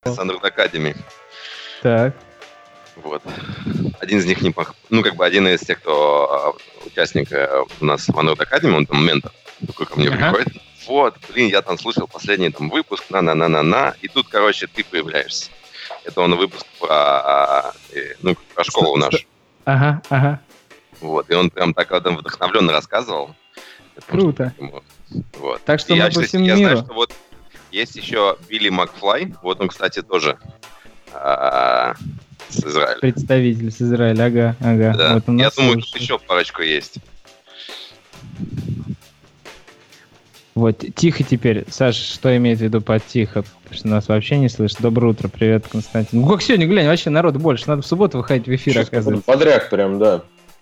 с Android Academy. Так. Вот. Один из них один из тех, кто участник у нас в Android Academy, он там ментор, такой ко мне приходит. Вот, я там слушал последний выпуск, и тут, ты появляешься. Это он выпуск про школу нашу. Ага. Вот, и он прям так вдохновленно рассказывал. Круто. Вот. Так что мы по всему миру. Я знаю, что вот есть еще Билли Макфлай, вот он, кстати, тоже с Израиля. Представитель с Израиля, ага. Да. Вот я думаю, тут еще парочку есть. Вот, тихо теперь. Саш, что имеет в виду под тихо? Потому что нас вообще не слышно. Доброе утро, привет, Константин. Ну как сегодня, глянь, вообще народу больше. Надо в субботу выходить в эфир, сейчас оказывается. Подряд прям, да.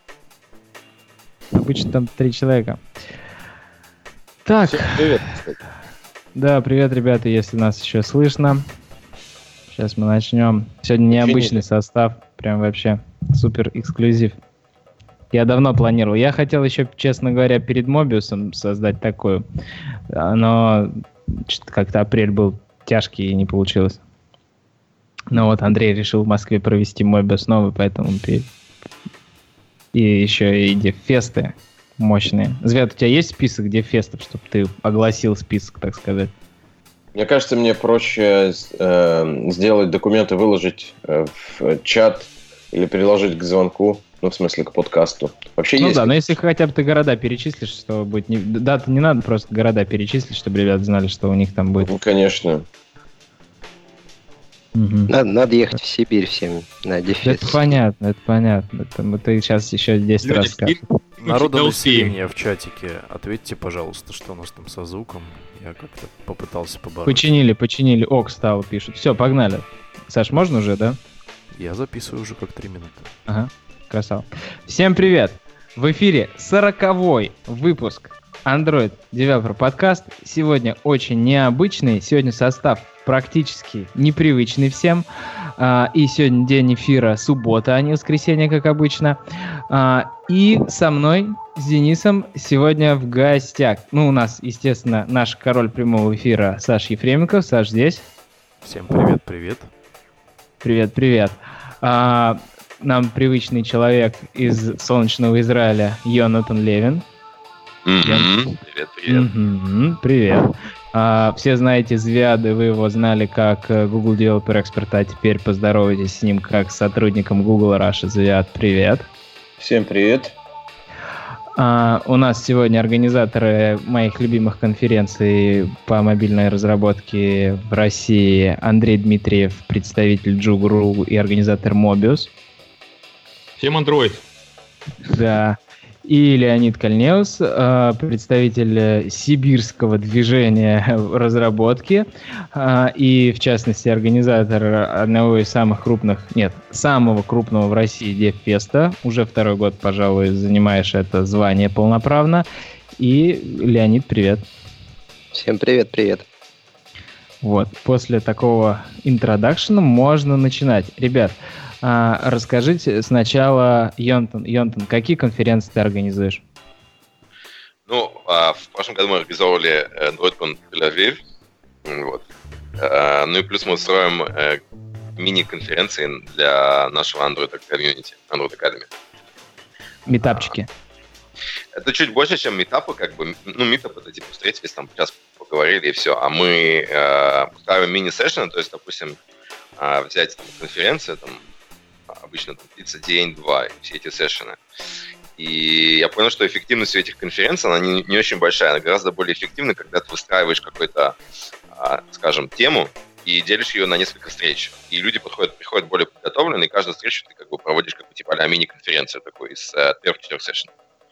Обычно там 3 человека. Так. Всем привет, кстати. Да, привет, ребята, если нас еще слышно. Сейчас мы начнем. Сегодня необычный состав. Прям вообще супер эксклюзив. Я давно планировал. Я хотел еще, честно говоря, перед Мобиусом создать такую. Но что-то как-то апрель был тяжкий и не получилось. Но вот Андрей решил в Москве провести Мобиус новый, поэтому и еще и Дефесты мощные. Звят, у тебя есть список Дефестов, чтобы ты огласил список, так сказать? Мне кажется, мне проще сделать документы, выложить в чат или приложить к звонку. Ну, в смысле, к подкасту. Вообще есть. Но если хотя бы ты города перечислишь, что будет... Дата не надо, просто города перечислить, чтобы ребята знали, что у них там будет. Ну, конечно. Угу. Надо ехать в Сибирь всем на Дефест. Это понятно. Ты сейчас еще 10 раз скажешь. Народонаселение в чатике. Ответьте, пожалуйста, что у нас там со звуком. Я как-то попытался побороть. Починили. Ок стало, пишут. Все, погнали. Саш, можно уже, да? Я записываю уже как 3 минуты. Ага. Красава. Всем привет! В эфире 40-й выпуск Android Developer Podcast. Сегодня очень необычный. Сегодня состав практически непривычный всем. И сегодня день эфира суббота, а не воскресенье, как обычно. И со мной, с Денисом, сегодня в гостях. Ну, у нас, естественно, наш король прямого эфира Саш Ефременко. Саш здесь. Всем привет. Привет. Нам привычный человек из солнечного Израиля Йонатан Левин. Привет. Привет. Все знаете Звяды, вы его знали как Google Developer Expert, а теперь поздоровайтесь с ним как с сотрудником Google Russia. Звяд, привет. Всем привет. У нас сегодня организаторы моих любимых конференций по мобильной разработке в России Андрей Дмитриев, представитель Jugo.ru и организатор Mobius. Всем Android. Да. И Леонид Кальнеус, представитель сибирского движения разработки и, в частности, организатор одного из самого крупного в России Дефеста. Уже 2-й год, пожалуй, занимаешь это звание полноправно. И, Леонид, привет. Всем привет. Вот, после такого интродакшена можно начинать. Ребят, расскажите сначала, Йонтан, какие конференции ты организуешь? Ну, в прошлом году мы организовывали DroidCon Тель-Авив. Вот. Ну и плюс мы устроим мини-конференции для нашего Android комьюнити, Android Academy. Митапчики. Это чуть больше, чем митапы, митап это типа встретились, там час поговорили и все. А мы устраиваем мини-сессионы, то есть, допустим, взять конференцию, обычно длится день-два, все эти сессионы. И я понял, что эффективность у этих конференций, она не очень большая, она гораздо более эффективна, когда ты выстраиваешь какую-то, скажем, тему и делишь ее на несколько встреч. И люди приходят более подготовленные, и каждую встречу ты проводишь типа мини-конференцию такую из 3-4 сессионов.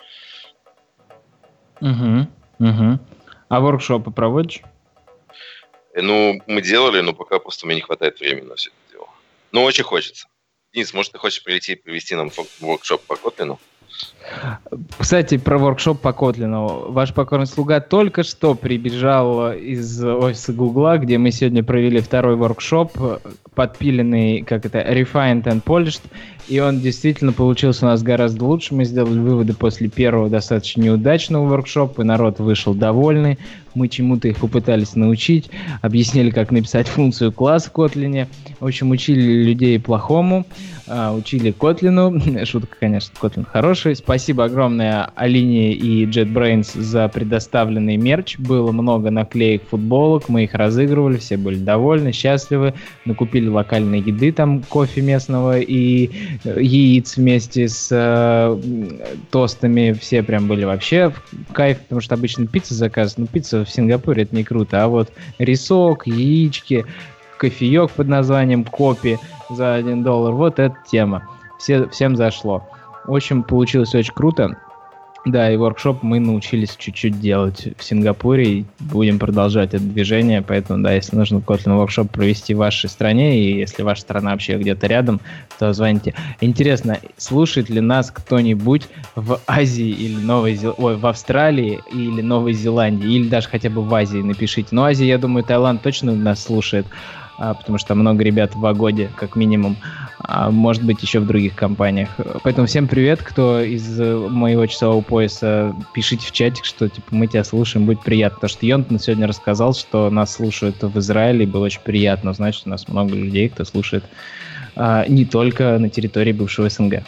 А воркшопы проводишь? Ну, мы делали, но пока просто мне не хватает времени на все это дело. Но очень хочется. Денис, может, ты хочешь прийти и провести нам воркшоп по Kotlin? Кстати, про воркшоп по Kotlin. Ваш покорный слуга только что прибежал из офиса Гугла, где мы сегодня провели 2-й воркшоп, подпиленный, Refined and Polished. И он действительно получился у нас гораздо лучше. Мы сделали выводы после первого достаточно неудачного воркшопа, и народ вышел довольный. Мы чему-то их попытались научить, объяснили, как написать функцию класс в Kotlin. В общем, учили людей плохому, учили Kotlin. Шутка, конечно, Kotlin хороший. Спасибо огромное Алине и JetBrains за предоставленный мерч. Было много наклеек, футболок, мы их разыгрывали, все были довольны, счастливы. Накупили локальной еды, там кофе местного и яиц вместе с тостами. Все прям были вообще в кайф, потому что обычно пицца заказывают. Но пицца в Сингапуре это не круто. А вот рисок, яички, кофеек под названием Копи за $1, вот эта тема. Всем зашло. В общем, получилось очень круто. Да, и воркшоп мы научились чуть-чуть делать в Сингапуре, и будем продолжать это движение, поэтому, да, если нужно Kotlin воркшоп провести в вашей стране, и если ваша страна вообще где-то рядом, то звоните. Интересно, слушает ли нас кто-нибудь в Азии или в Австралии или Новой Зеландии, или даже хотя бы в Азии, напишите. Но Азия, я думаю, Таиланд точно нас слушает, потому что много ребят в Агоде, как минимум, может быть, еще в других компаниях. Поэтому всем привет, кто из моего часового пояса, пишите в чатик, что типа мы тебя слушаем, будет приятно. Потому что Йонтон сегодня рассказал, что нас слушают в Израиле, и было очень приятно узнать, что у нас много людей, кто слушает не только на территории бывшего СНГ.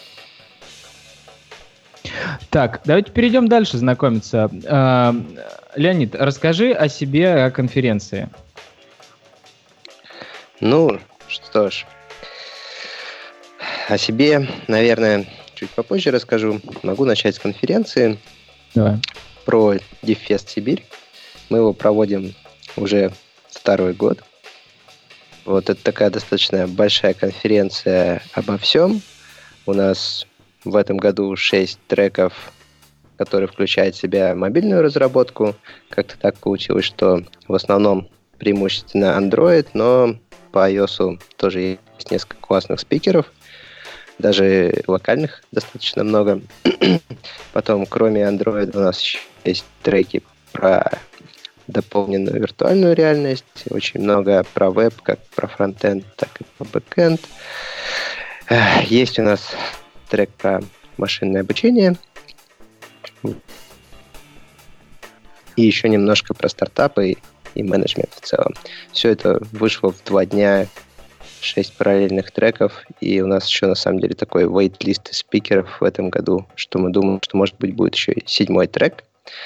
Так, давайте перейдем дальше знакомиться. Леонид, расскажи о себе, о конференции. Ну, что ж, о себе, наверное, чуть попозже расскажу. Могу начать с конференции. Давай. Про DevFest Сибирь. Мы его проводим уже второй год. Вот это такая достаточно большая конференция обо всем. У нас в этом году 6 треков, которые включают в себя мобильную разработку. Как-то так получилось, что в основном преимущественно Android, но по iOS тоже есть несколько классных спикеров, даже локальных достаточно много. Потом, кроме Android, у нас еще есть треки про дополненную виртуальную реальность, очень много про веб, как про фронтенд, так и про бэкенд. Есть у нас трек про машинное обучение. И еще немножко про стартапы и менеджмент в целом. Все это вышло в 2 дня, 6 параллельных треков, и у нас еще на самом деле такой вейт-лист спикеров в этом году, что мы думаем, что может быть будет еще и 7-й трек.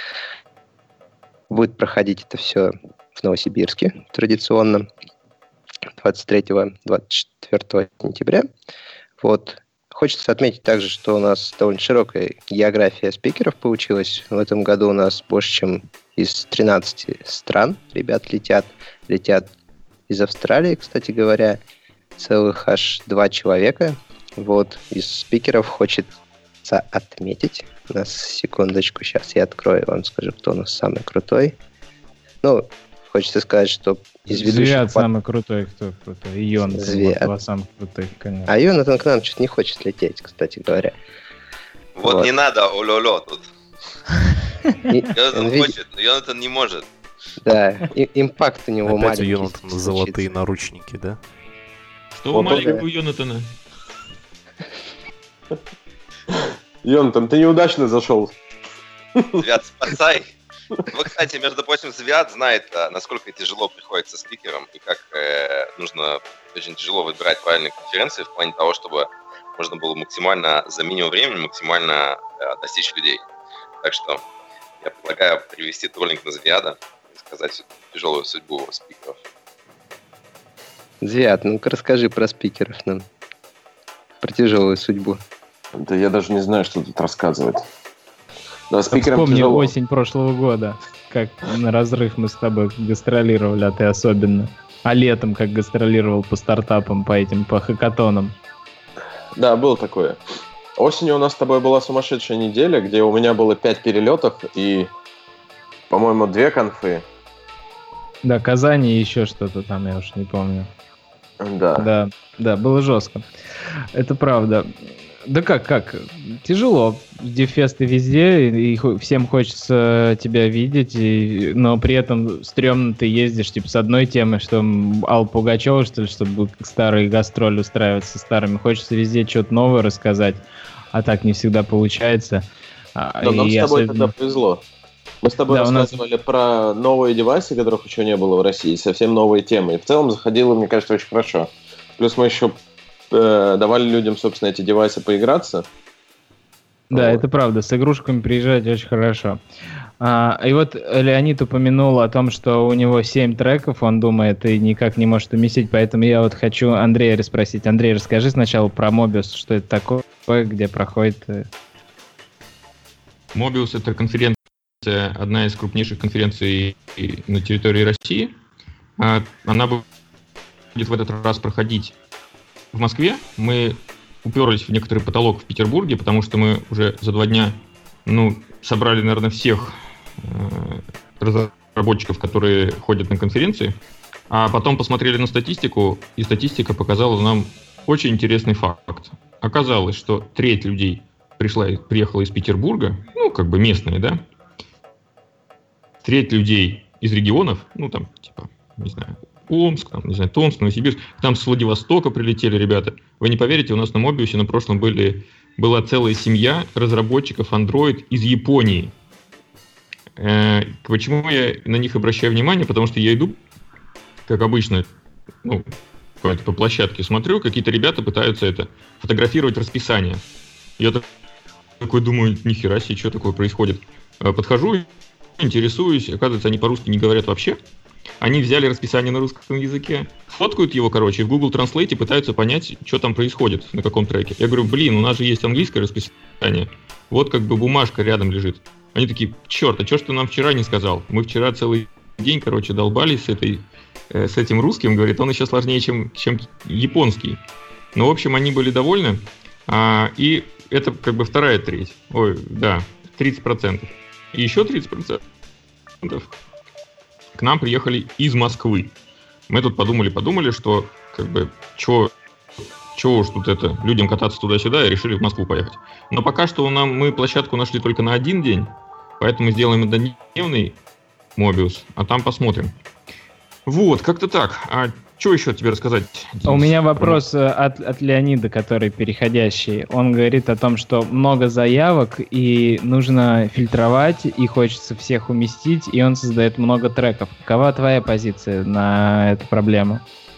Будет проходить это все в Новосибирске традиционно 23-24 сентября. Вот. Хочется отметить также, что у нас довольно широкая география спикеров получилась. В этом году у нас больше, чем из 13 стран ребят летят. Летят из Австралии, кстати говоря, целых аж 2 человека. Вот. Из спикеров хочется отметить. У нас, секундочку, сейчас я открою, вам скажу, кто у нас самый крутой. Ну, хочется сказать, что из ведущих... Звят самый крутой, кто крутой? И Йонатан, два самых крутых, конечно. А Йонатан к нам что-то не хочет лететь, кстати говоря. Вот не надо ололо тут. Йонатан хочет, но Йонатан не может. Да, импакт у него опять маленький. Опять у Йонатана золотые наручники, да? Что у маленького Йонатана? Йонатан, ты неудачно зашел. Звят, спасай. Вот, кстати, между прочим, Звят знает, насколько тяжело приходится спикерам и как нужно очень тяжело выбирать правильные конференции в плане того, чтобы можно было максимально за минимум времени максимально достичь людей. Так что я предлагаю перевести троллинг на Звята и сказать всю тяжелую судьбу спикеров. Звят, ну-ка расскажи про спикеров нам. Про тяжелую судьбу. Да я даже не знаю, что тут рассказывать. Да, Вспомни тяжело. осень прошлого года, как на разрыв мы с тобой гастролировали, а ты особенно. А летом как гастролировал по стартапам, по хакатонам. Да, было такое. Осенью у нас с тобой была сумасшедшая неделя, где у меня было 5 перелетов и, по-моему, 2 конфы. Да, Казани и еще что-то там, я уж не помню. Да. Да, было жестко. Это правда. Да как? Тяжело. Дефесты везде, и всем хочется тебя видеть, но при этом стрёмно ты ездишь, типа, с одной темой, что Алла Пугачева, что ли, чтобы старые гастроли устраивать со старыми. Хочется везде что-то новое рассказать, а так не всегда получается. Да, нам с тобой тогда повезло. Мы с тобой рассказывали про новые девайсы, которых еще не было в России, совсем новые темы. И в целом заходило, мне кажется, очень хорошо. Плюс мы еще давали людям, собственно, эти девайсы поиграться. Да, это правда. С игрушками приезжать очень хорошо. И вот Леонид упомянул о том, что у него 7 треков, он думает, и никак не может уместить, поэтому я вот хочу Андрея расспросить. Андрей, расскажи сначала про Mobius, что это такое, где проходит... Mobius — это конференция, одна из крупнейших конференций на территории России. Она будет в этот раз проходить в Москве. Мы уперлись в некоторый потолок в Петербурге, потому что мы уже за 2 дня собрали, наверное, всех разработчиков, которые ходят на конференции, а потом посмотрели на статистику, и статистика показала нам очень интересный факт. Оказалось, что треть людей приехала из Петербурга, местные, да, треть людей из регионов, Омск, Томск, Новосибирск, там с Владивостока прилетели ребята. Вы не поверите, у нас на Mobius на прошлом была целая семья разработчиков Android из Японии. Почему я на них обращаю внимание? Потому что я иду, как обычно, по площадке смотрю, какие-то ребята пытаются фотографировать расписание. Я такой думаю, нихера себе, что такое происходит. Подхожу, интересуюсь, оказывается, они по-русски не говорят вообще. Они взяли расписание на русском языке, фоткают его, и в Google Translate пытаются понять, что там происходит, на каком треке. Я говорю, у нас же есть английское расписание, вот бумажка рядом лежит. Они такие, черт, а что ж ты нам вчера не сказал? Мы вчера целый день, долбались с этим русским, говорит, он еще сложнее, чем японский. В общем, они были довольны, и это вторая треть, 30%. И еще 30% к нам приехали из Москвы. Мы тут подумали, что чего уж тут людям кататься туда-сюда, и решили в Москву поехать. Но пока что мы площадку нашли только на 1 день, поэтому сделаем однодневный Mobius, а там посмотрим. Вот, как-то так. А что еще тебе рассказать, Денис? У меня вопрос от Леонида, который переходящий. Он говорит о том, что много заявок, и нужно фильтровать, и хочется всех уместить, и он создает много треков. Какова твоя позиция на эту проблему?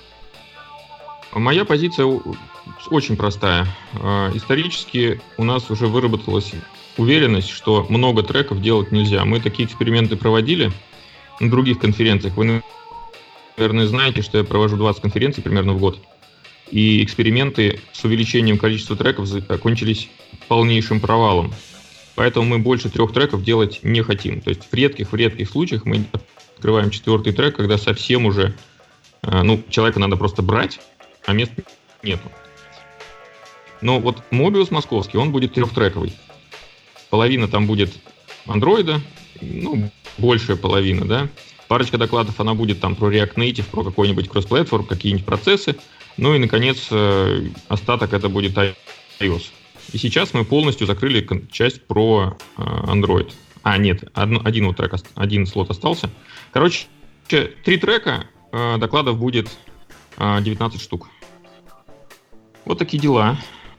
Моя позиция очень простая. Исторически у нас уже выработалась уверенность, что много треков делать нельзя. Мы такие эксперименты проводили на других конференциях. Вы, наверное, знаете, что я провожу 20 конференций примерно в год. И эксперименты с увеличением количества треков закончились полнейшим провалом. Поэтому мы больше 3 треков делать не хотим. То есть в редких случаях мы открываем 4-й трек, когда совсем уже человека надо просто брать, а мест нету. Но вот Mobius московский, он будет 3-трековый. Половина там будет андроида, большая половина, да. Парочка докладов, она будет там про React Native, про какой-нибудь кросс-платформ, какие-нибудь процессы. И, наконец, остаток это будет iOS. И сейчас мы полностью закрыли часть про Android. Нет, один трек, один слот остался. 3 трека, докладов будет 19 штук. Вот такие дела.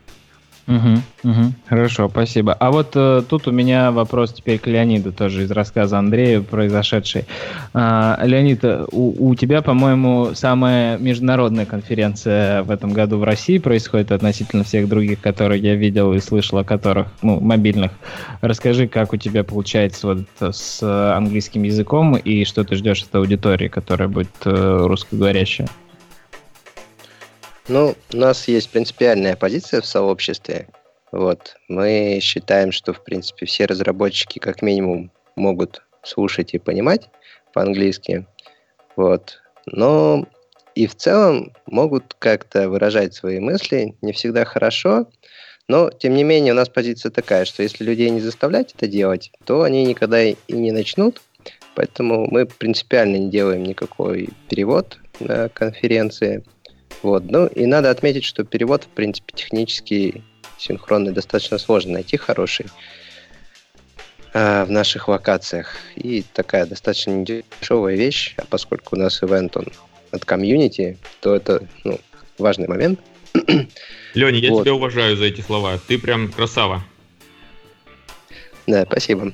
Хорошо, спасибо. А вот тут у меня вопрос теперь к Леониду, тоже из рассказа Андрея произошедший. Леонид, у тебя, по-моему, самая международная конференция в этом году в России происходит относительно всех других, которые я видел и слышал о которых, мобильных. Расскажи, как у тебя получается с английским языком и что ты ждешь от аудитории, которая будет русскоговорящая? У нас есть принципиальная позиция в сообществе. Мы считаем, что, в принципе, все разработчики как минимум могут слушать и понимать по-английски. Но и в целом могут как-то выражать свои мысли, не всегда хорошо. Но, тем не менее, у нас позиция такая, что если людей не заставлять это делать, то они никогда и не начнут. Поэтому мы принципиально не делаем никакой перевод на конференции. И надо отметить, что перевод, в принципе, технически синхронный достаточно сложно найти хороший в наших локациях. И такая достаточно недешевая вещь, а поскольку у нас ивент, он от комьюнити, то это важный момент. Леня, я тебя уважаю за эти слова. Ты прям красава. Да, спасибо.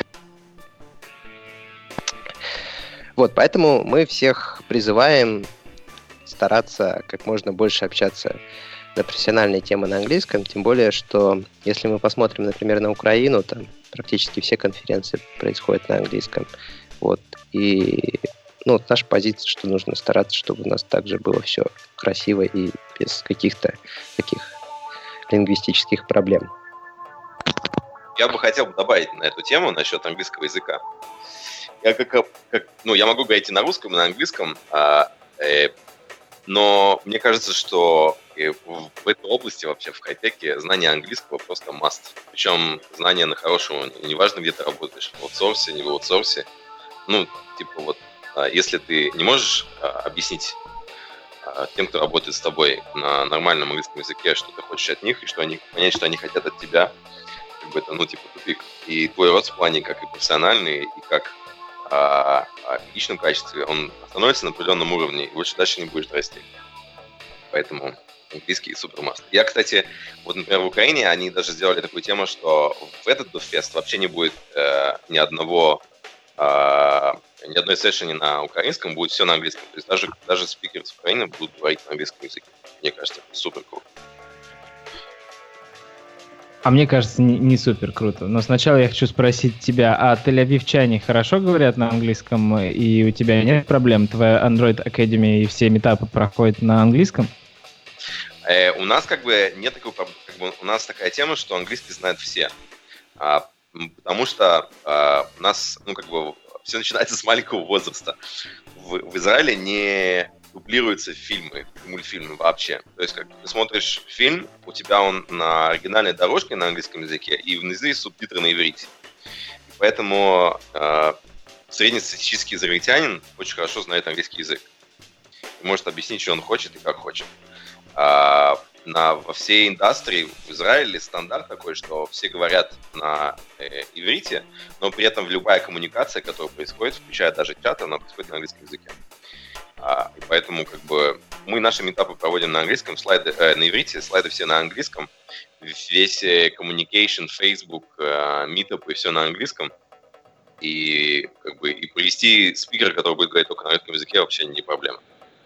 Вот, поэтому мы всех призываем стараться как можно больше общаться на профессиональные темы на английском, тем более, что если мы посмотрим, например, на Украину, там практически все конференции происходят на английском. Вот, и наша позиция, что нужно стараться, чтобы у нас также было все красиво и без каких-то таких лингвистических проблем. Я бы хотел добавить на эту тему насчет английского языка. Я могу говорить и на русском, и на английском, но мне кажется, что в этой области вообще в хай-теке знание английского просто must. Причем знание на хорошем уровне. Неважно, где ты работаешь, в аутсорсе, не в аутсорсе. Если ты не можешь объяснить тем, кто работает с тобой на нормальном английском языке, что ты хочешь от них, и понять, что они хотят от тебя, это, тупик. И твой рост в плане как и профессиональный, и как в личном качестве, он становится на определенном уровне, и больше дальше не будешь расти. Поэтому английский супер маст. Я, кстати, например, в Украине они даже сделали такую тему, что в этот DevFest вообще не будет ни одной сессии на украинском, будет все на английском. То есть даже спикеры с Украины будут говорить на английском языке. Мне кажется, это супер круто. А мне кажется, не супер круто. Но сначала я хочу спросить тебя, а тель-авивчане хорошо говорят на английском, и у тебя нет проблем? Твоя Android Academy и все митапы проходят на английском? У нас нет такой проблемы. У нас такая тема, что английский знают все. Потому что у нас, все начинается с маленького возраста. В Израиле не дублируются фильмы, мультфильмы вообще. То есть, как ты смотришь фильм, у тебя он на оригинальной дорожке на английском языке, и внизу есть субтитры на иврите. Поэтому среднестатистический израильтянин очень хорошо знает английский язык. И может объяснить, что он хочет и как хочет. Во всей индустрии в Израиле стандарт такой, что все говорят на иврите, но при этом любая коммуникация, которая происходит, включая даже чат, она происходит на английском языке. И поэтому мы наши митапы проводим на английском, на иврите, слайды все на английском, весь communication, Facebook, митапы, все на английском. И привести спикера, который будет говорить только на русском языке, вообще не проблема.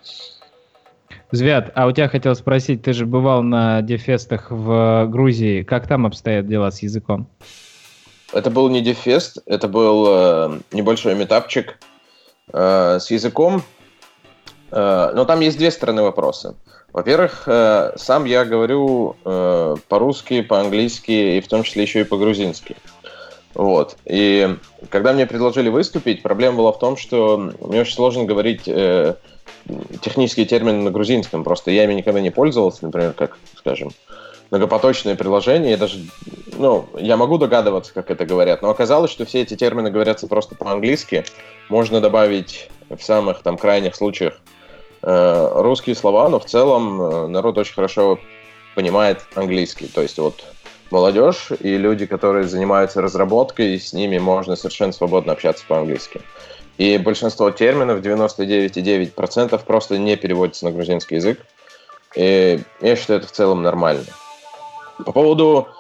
Звят, а у тебя хотел спросить, ты же бывал на дефестах в Грузии, как там обстоят дела с языком? Это был не дефест, это был небольшой митапчик с языком. Но там есть две стороны вопроса. Во-первых, сам я говорю по-русски, по-английски и в том числе еще и по-грузински. Вот. И когда мне предложили выступить, проблема была в том, что мне очень сложно говорить технические термины на грузинском. Просто я ими никогда не пользовался, например, как, скажем, многопоточное приложение. Я могу догадываться, как это говорят, но оказалось, что все эти термины говорятся просто по-английски. Можно добавить в самых крайних случаях русские слова, но в целом народ очень хорошо понимает английский. То есть молодежь и люди, которые занимаются разработкой, с ними можно совершенно свободно общаться по-английски. И большинство терминов, 99,9%, просто не переводится на грузинский язык. И я считаю, это в целом нормально. По поводу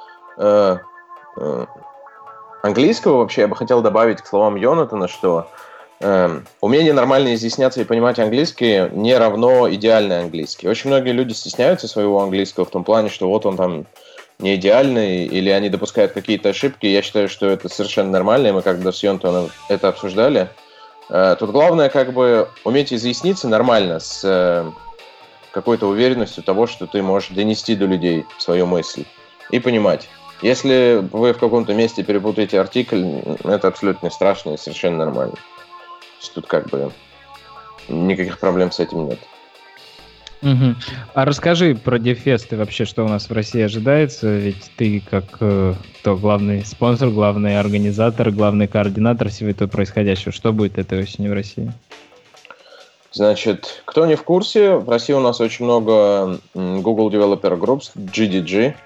английского вообще я бы хотел добавить к словам Йонатана, что умение нормально изъясняться и понимать английский не равно идеальный английский. Очень многие люди стесняются своего английского в том плане, что он там не идеальный, или они допускают какие-то ошибки. Я считаю, что это совершенно нормально, и мы когда с Йонатаном это обсуждали. Тут главное уметь изъясниться нормально, с какой-то уверенностью того, что ты можешь донести до людей свою мысль и понимать. Если вы в каком-то месте перепутаете артикль, это абсолютно не страшно и совершенно нормально. Тут никаких проблем с этим нет. Угу. А расскажи про дефесты вообще, что у нас в России ожидается, ведь ты как главный спонсор, главный организатор, главный координатор всего этого происходящего. Что будет этой осенью в России? Значит, кто не в курсе, в России у нас очень много Google Developer Groups, GDG.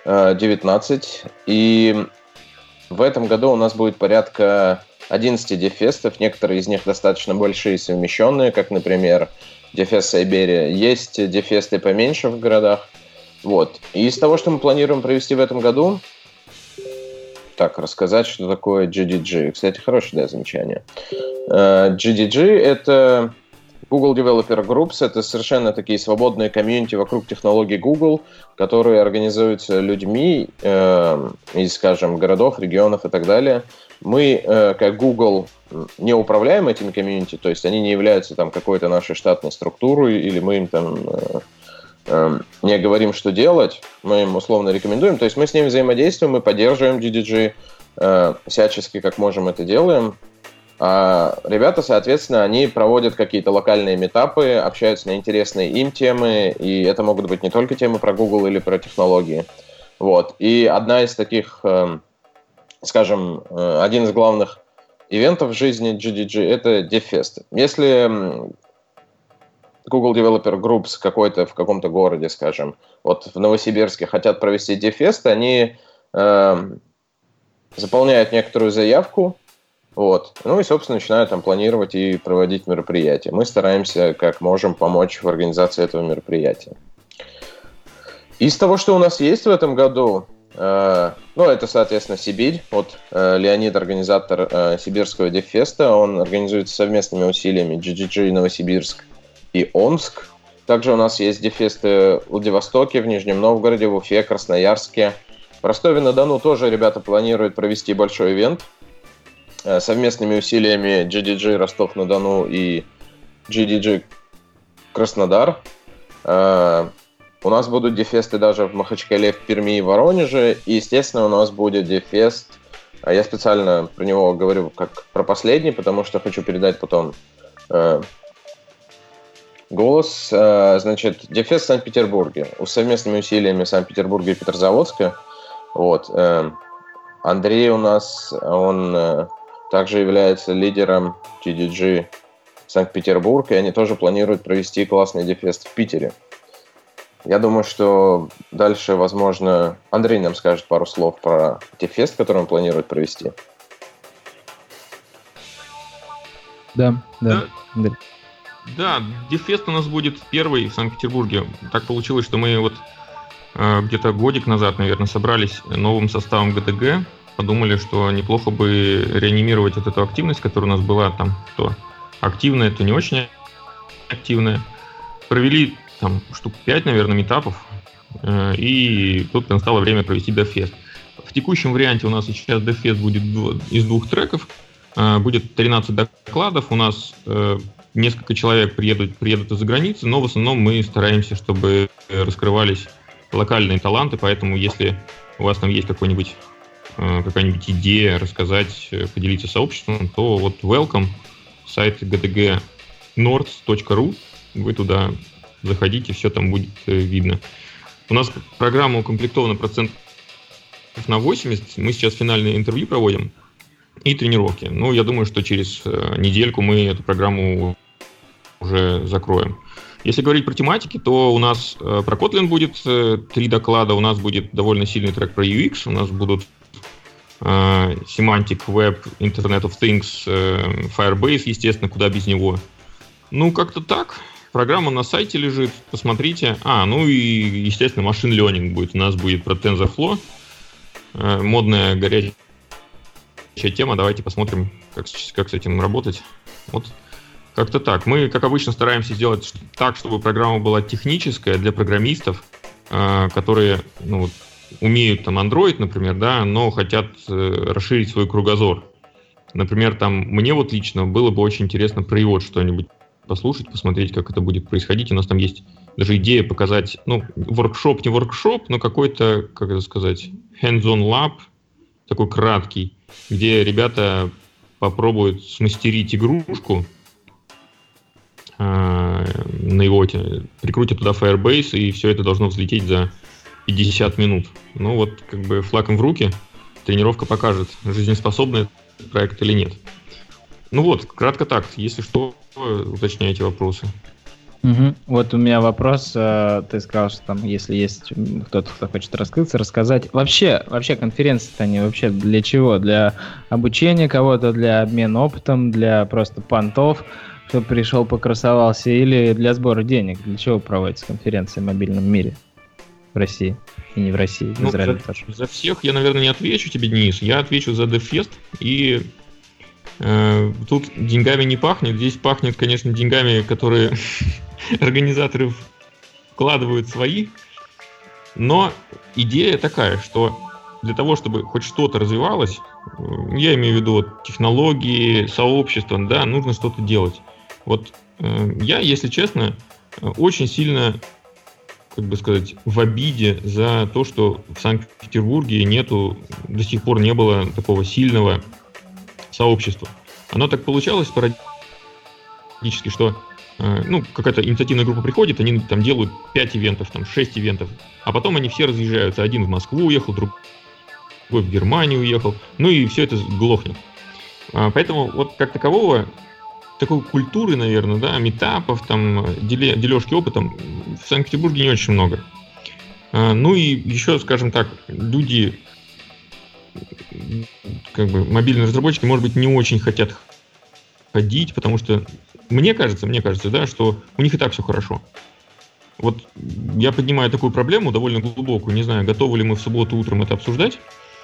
19. И в этом году у нас будет порядка 11 дефестов. Некоторые из них достаточно большие, совмещенные, как, например, Дефест Сайберия. Есть дефесты поменьше в городах. Вот. И из того, что мы планируем провести в этом году, так, рассказать, что такое GDG. Кстати, хорошее замечание. GDG — это Google Developer Groups. Это совершенно такие свободные комьюнити вокруг технологий Google, которые организуются людьми из, скажем, городов, регионов и так далее. Мы, как Google, не управляем этими комьюнити, то есть они не являются там какой-то нашей штатной структурой, или мы им там не говорим, что делать, мы им условно рекомендуем. То есть мы с ними взаимодействуем, мы поддерживаем GDG, всячески как можем это делаем. А ребята, соответственно, они проводят какие-то локальные митапы, общаются на интересные им темы, и это могут быть не только темы про Google или про технологии. Вот. И одна из таких, скажем, один из главных ивентов в жизни GDG — это DevFest. Если Google Developer Groups какой-то в каком-то городе, скажем, вот в Новосибирске хотят провести DevFest, они заполняют некоторую заявку, вот, ну и, собственно, начинают там планировать и проводить мероприятия. Мы стараемся, как можем, помочь в организации этого мероприятия. Из того, что у нас есть в этом году, это, соответственно, Сибирь. Вот Леонид, организатор Сибирского DevFest, он организуется совместными усилиями GDG Новосибирск и Омск. Также у нас есть DevFest в Владивостоке, в Нижнем Новгороде, в Уфе, Красноярске. В Ростове-на-Дону тоже ребята планируют провести большой ивент совместными усилиями GDG Ростов-на-Дону и GDG Краснодар. У нас будут DevFesты даже в Махачкале, в Перми и Воронеже. И, естественно, у нас будет DevFest. Я специально про него говорю как про последний, потому что хочу передать потом голос. Значит, DevFest в Санкт-Петербурге. Совместными усилиями Санкт-Петербурга и Петрозаводска. Вот. Андрей у нас, он также является лидером GDG Санкт-Петербург, и они тоже планируют провести классный DevFest в Питере. Я думаю, что дальше, возможно, Андрей нам скажет пару слов про DevFest, который он планирует провести. Да. Да, DevFest у нас будет первый в Санкт-Петербурге. Так получилось, что мы вот где-то годик назад, наверное, собрались новым составом ГТГ, подумали, что неплохо бы реанимировать вот эту активность, которая у нас была там, то активная, то не очень активная. Провели там штук 5, наверное, митапов, и тут настало время провести DevFest. В текущем варианте у нас сейчас DevFest будет из 2 треков, будет 13 докладов, у нас несколько человек приедут из-за границы, но в основном мы стараемся, чтобы раскрывались локальные таланты, поэтому если у вас там есть какая-нибудь идея рассказать, поделиться сообществом, то вот welcome, сайт gtgnords.ru, вы туда заходите, все там будет видно. У нас программа укомплектована процентов на 80, мы сейчас финальное интервью проводим и тренировки. Ну, я думаю, что через недельку мы эту программу уже закроем. Если говорить про тематики, то у нас про Kotlin будет 3 доклада, у нас будет довольно сильный трек про UX, у нас будут Semantic Web, Internet of Things, Firebase, естественно, куда без него. Ну, как-то так. Программа на сайте лежит, посмотрите. Ну и, естественно, Machine Learning будет. У нас будет про TensorFlow. Модная, горячая тема. Давайте посмотрим, как с этим работать. Вот как-то так. Мы, как обычно, стараемся сделать так, чтобы программа была техническая для программистов, которые умеют там Android, например, да, но хотят расширить свой кругозор. Например, там мне вот лично было бы очень интересно про iOS что-нибудь послушать, посмотреть, как это будет происходить. У нас там есть даже идея показать, воркшоп, не воркшоп, но какой-то, как это сказать, hands-on lab, такой краткий, где ребята попробуют смастерить игрушку на iOS, прикрутят туда Firebase, и все это должно взлететь за 50 минут. Ну вот, как бы флаком в руки, тренировка покажет, жизнеспособный проект или нет. Ну вот, кратко так. Если что, уточняйте вопросы. Угу. Вот у меня вопрос. Ты сказал, что там, если есть кто-то, кто хочет раскрыться, рассказать. Вообще конференции-то они вообще для чего? Для обучения кого-то, для обмена опытом, для просто понтов, чтобы пришел, покрасовался, или для сбора денег? Для чего проводится конференция в мобильном мире в России? И не в России, в Израиле тоже. За всех я, наверное, не отвечу тебе, Денис. Я отвечу за DevFest. И тут деньгами не пахнет. Здесь пахнет, конечно, деньгами, которые организаторы вкладывают свои. Но идея такая, что для того, чтобы хоть что-то развивалось, я имею в виду вот, технологии, сообщества, да, нужно что-то делать. Вот я, если честно, очень сильно, как бы сказать, в обиде за то, что в Санкт-Петербурге до сих пор не было такого сильного сообщества. Оно так получалось парадически, что какая-то инициативная группа приходит, они там делают 5 ивентов, там 6 ивентов, а потом они все разъезжаются. Один в Москву уехал, другой в Германию уехал, и все это глохнет. Поэтому вот как такового, такой культуры, наверное, да, митапов, там, дележки опытом в Санкт-Петербурге не очень много. И еще, скажем так, люди, как бы мобильные разработчики, может быть, не очень хотят ходить, потому что мне кажется, да, что у них и так все хорошо. Вот я поднимаю такую проблему довольно глубокую, не знаю, готовы ли мы в субботу утром это обсуждать.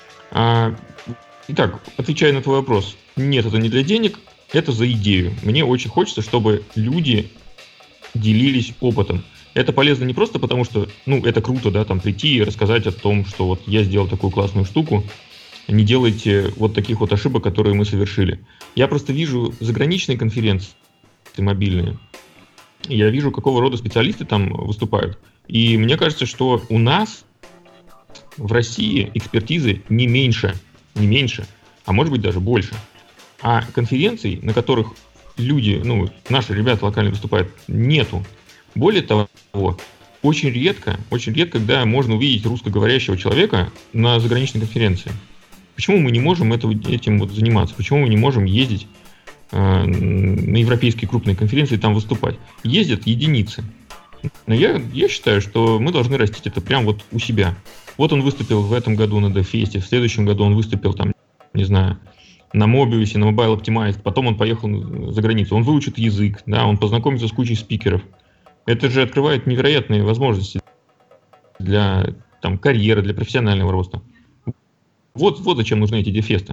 Итак, отвечая на твой вопрос, нет, это не для денег, это за идею. Мне очень хочется, чтобы люди делились опытом. Это полезно не просто потому, что, это круто, да, там прийти и рассказать о том, что вот я сделал такую классную штуку, не делайте вот таких вот ошибок, которые мы совершили. Я просто вижу заграничные конференции мобильные, я вижу, какого рода специалисты там выступают. И мне кажется, что у нас в России экспертизы не меньше, а может быть даже больше. А конференций, на которых люди, наши ребята локально выступают, нету. Более того, очень редко, когда можно увидеть русскоговорящего человека на заграничной конференции. Почему мы не можем этим заниматься? Почему мы не можем ездить на европейские крупные конференции и там выступать? Ездят единицы. Но я считаю, что мы должны растить это прямо вот у себя. Вот он выступил в этом году на DevFest, в следующем году он выступил там, не знаю, на Mobius, на Mobile Optimized, потом он поехал за границу, он выучит язык, да, он познакомится с кучей спикеров. Это же открывает невероятные возможности для карьеры, для профессионального роста. Вот зачем нужны эти DevFest.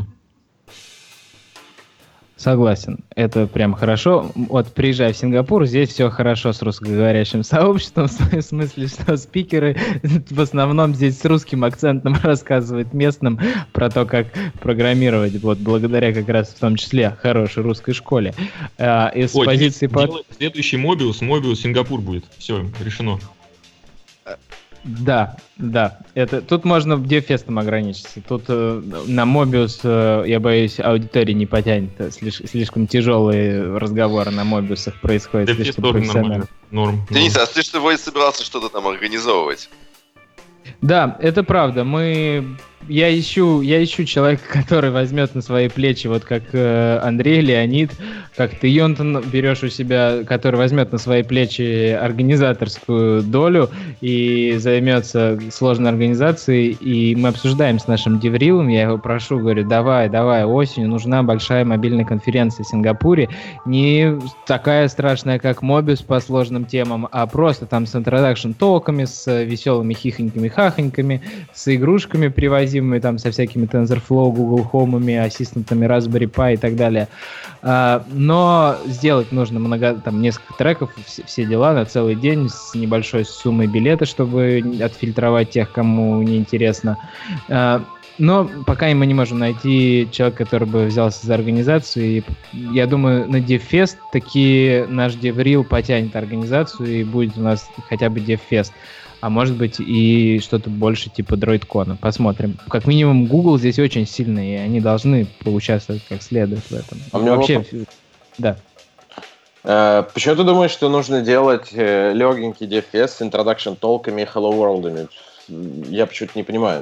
Согласен, это прям хорошо. Вот приезжай в Сингапур, здесь все хорошо с русскоговорящим сообществом, в смысле, что спикеры в основном здесь с русским акцентом рассказывают местным про то, как программировать, вот благодаря как раз в том числе хорошей русской школе. Из позиции следующий Mobius Сингапур будет. Все, решено. Да. Тут можно DevFest'ом ограничиться. Тут на Mobius, я боюсь, аудитория не потянет. Слишком тяжелые разговоры на Mobius'ах происходят. DevFest тоже норм. Денис, а ты что, собирался что-то там организовывать? Да, это правда. Я ищу человека, который возьмет на свои плечи, вот как Андрей, Леонид, как ты, Йонтон, берешь у себя, который возьмет на свои плечи организаторскую долю и займется сложной организацией. И мы обсуждаем с нашим Деврилом, я его прошу, говорю, давай, осенью нужна большая мобильная конференция в Сингапуре. Не такая страшная, как Mobius по сложным темам, а просто там с интродакшн-толками, с веселыми хихоньками-хахоньками, с игрушками привозимыми, там со всякими TensorFlow, Google Home'ами, ассистентами, Raspberry Pi и так далее. Но сделать нужно несколько треков, все дела на целый день с небольшой суммой билета, чтобы отфильтровать тех, кому неинтересно. Но пока мы не можем найти человека, который бы взялся за организацию. И я думаю, на DevFest таки наш DevRel потянет организацию, и будет у нас хотя бы DevFest. А может быть и что-то больше типа DroidCon. Посмотрим. Как минимум Google здесь очень сильный, и они должны поучаствовать как следует в этом. А мне вообще... Да. Почему ты думаешь, что нужно делать легенький DevFest с introduction-толками и Hello World'ами? Я почему-то не понимаю.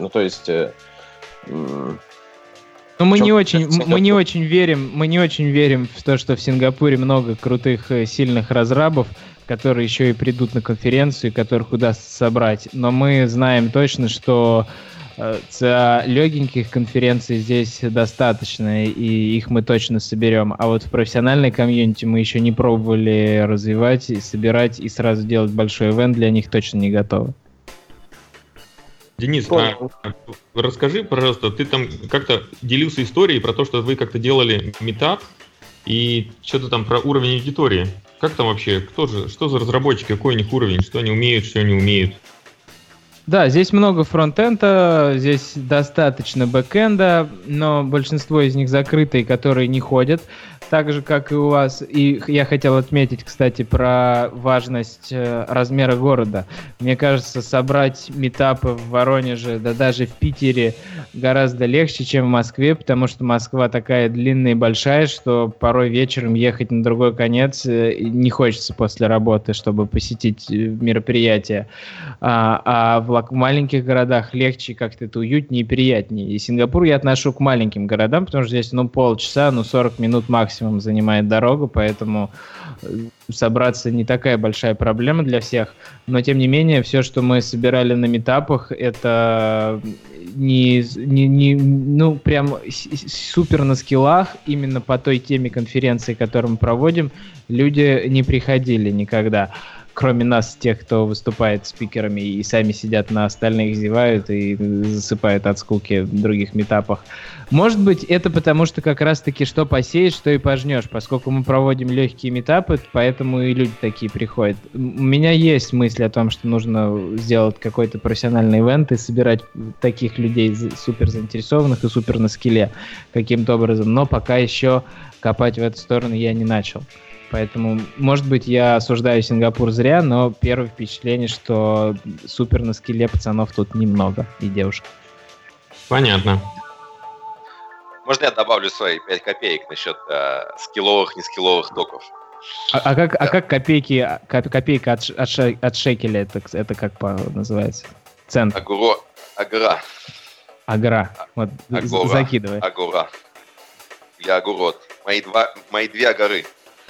Мы не очень верим в то, что в Сингапуре много крутых, сильных разрабов, которые еще и придут на конференцию, которых удастся собрать. Но мы знаем точно, что легеньких конференций здесь достаточно, и их мы точно соберем. А вот в профессиональной комьюнити мы еще не пробовали развивать, и собирать и сразу делать большой ивент, для них точно не готовы. Денис, расскажи, пожалуйста, ты там как-то делился историей про то, что вы как-то делали митап, и что-то там про уровень аудитории. Как там вообще, что за разработчики, какой у них уровень, что они умеют, что не умеют? Да, здесь много фронтенда, здесь достаточно бэкенда, но большинство из них закрытые, которые не ходят, так же, как и у вас. И я хотел отметить, кстати, про важность размера города. Мне кажется, собрать митапы в Воронеже, да даже в Питере гораздо легче, чем в Москве, потому что Москва такая длинная и большая, что порой вечером ехать на другой конец не хочется после работы, чтобы посетить мероприятие. А в маленьких городах легче, как-то это уютнее и приятнее. И Сингапур я отношу к маленьким городам, потому что здесь полчаса, 40 минут максимум занимает дорога, поэтому собраться не такая большая проблема для всех. Но, тем не менее, все, что мы собирали на митапах, это прям супер на скиллах, именно по той теме конференции, которую мы проводим, люди не приходили никогда. Кроме нас, тех, кто выступает спикерами и сами сидят на остальных, зевают и засыпают от скуки в других митапах. Может быть, это потому, что как раз-таки что посеешь, что и пожнешь. Поскольку мы проводим легкие митапы, поэтому и люди такие приходят. У меня есть мысль о том, что нужно сделать какой-то профессиональный ивент и собирать таких людей супер заинтересованных и супер на скилле каким-то образом. Но пока еще копать в эту сторону я не начал. Поэтому, может быть, я осуждаю Сингапур зря, но первое впечатление, что супер на скилле пацанов тут немного, и девушек. Понятно. Можно я добавлю свои 5 копеек насчет скилловых, нескилловых токов? Как копейка от шекеля, это как называется? Цент. Агора. Вот, закидывай. Агора. Или агурот. Мои две агоры.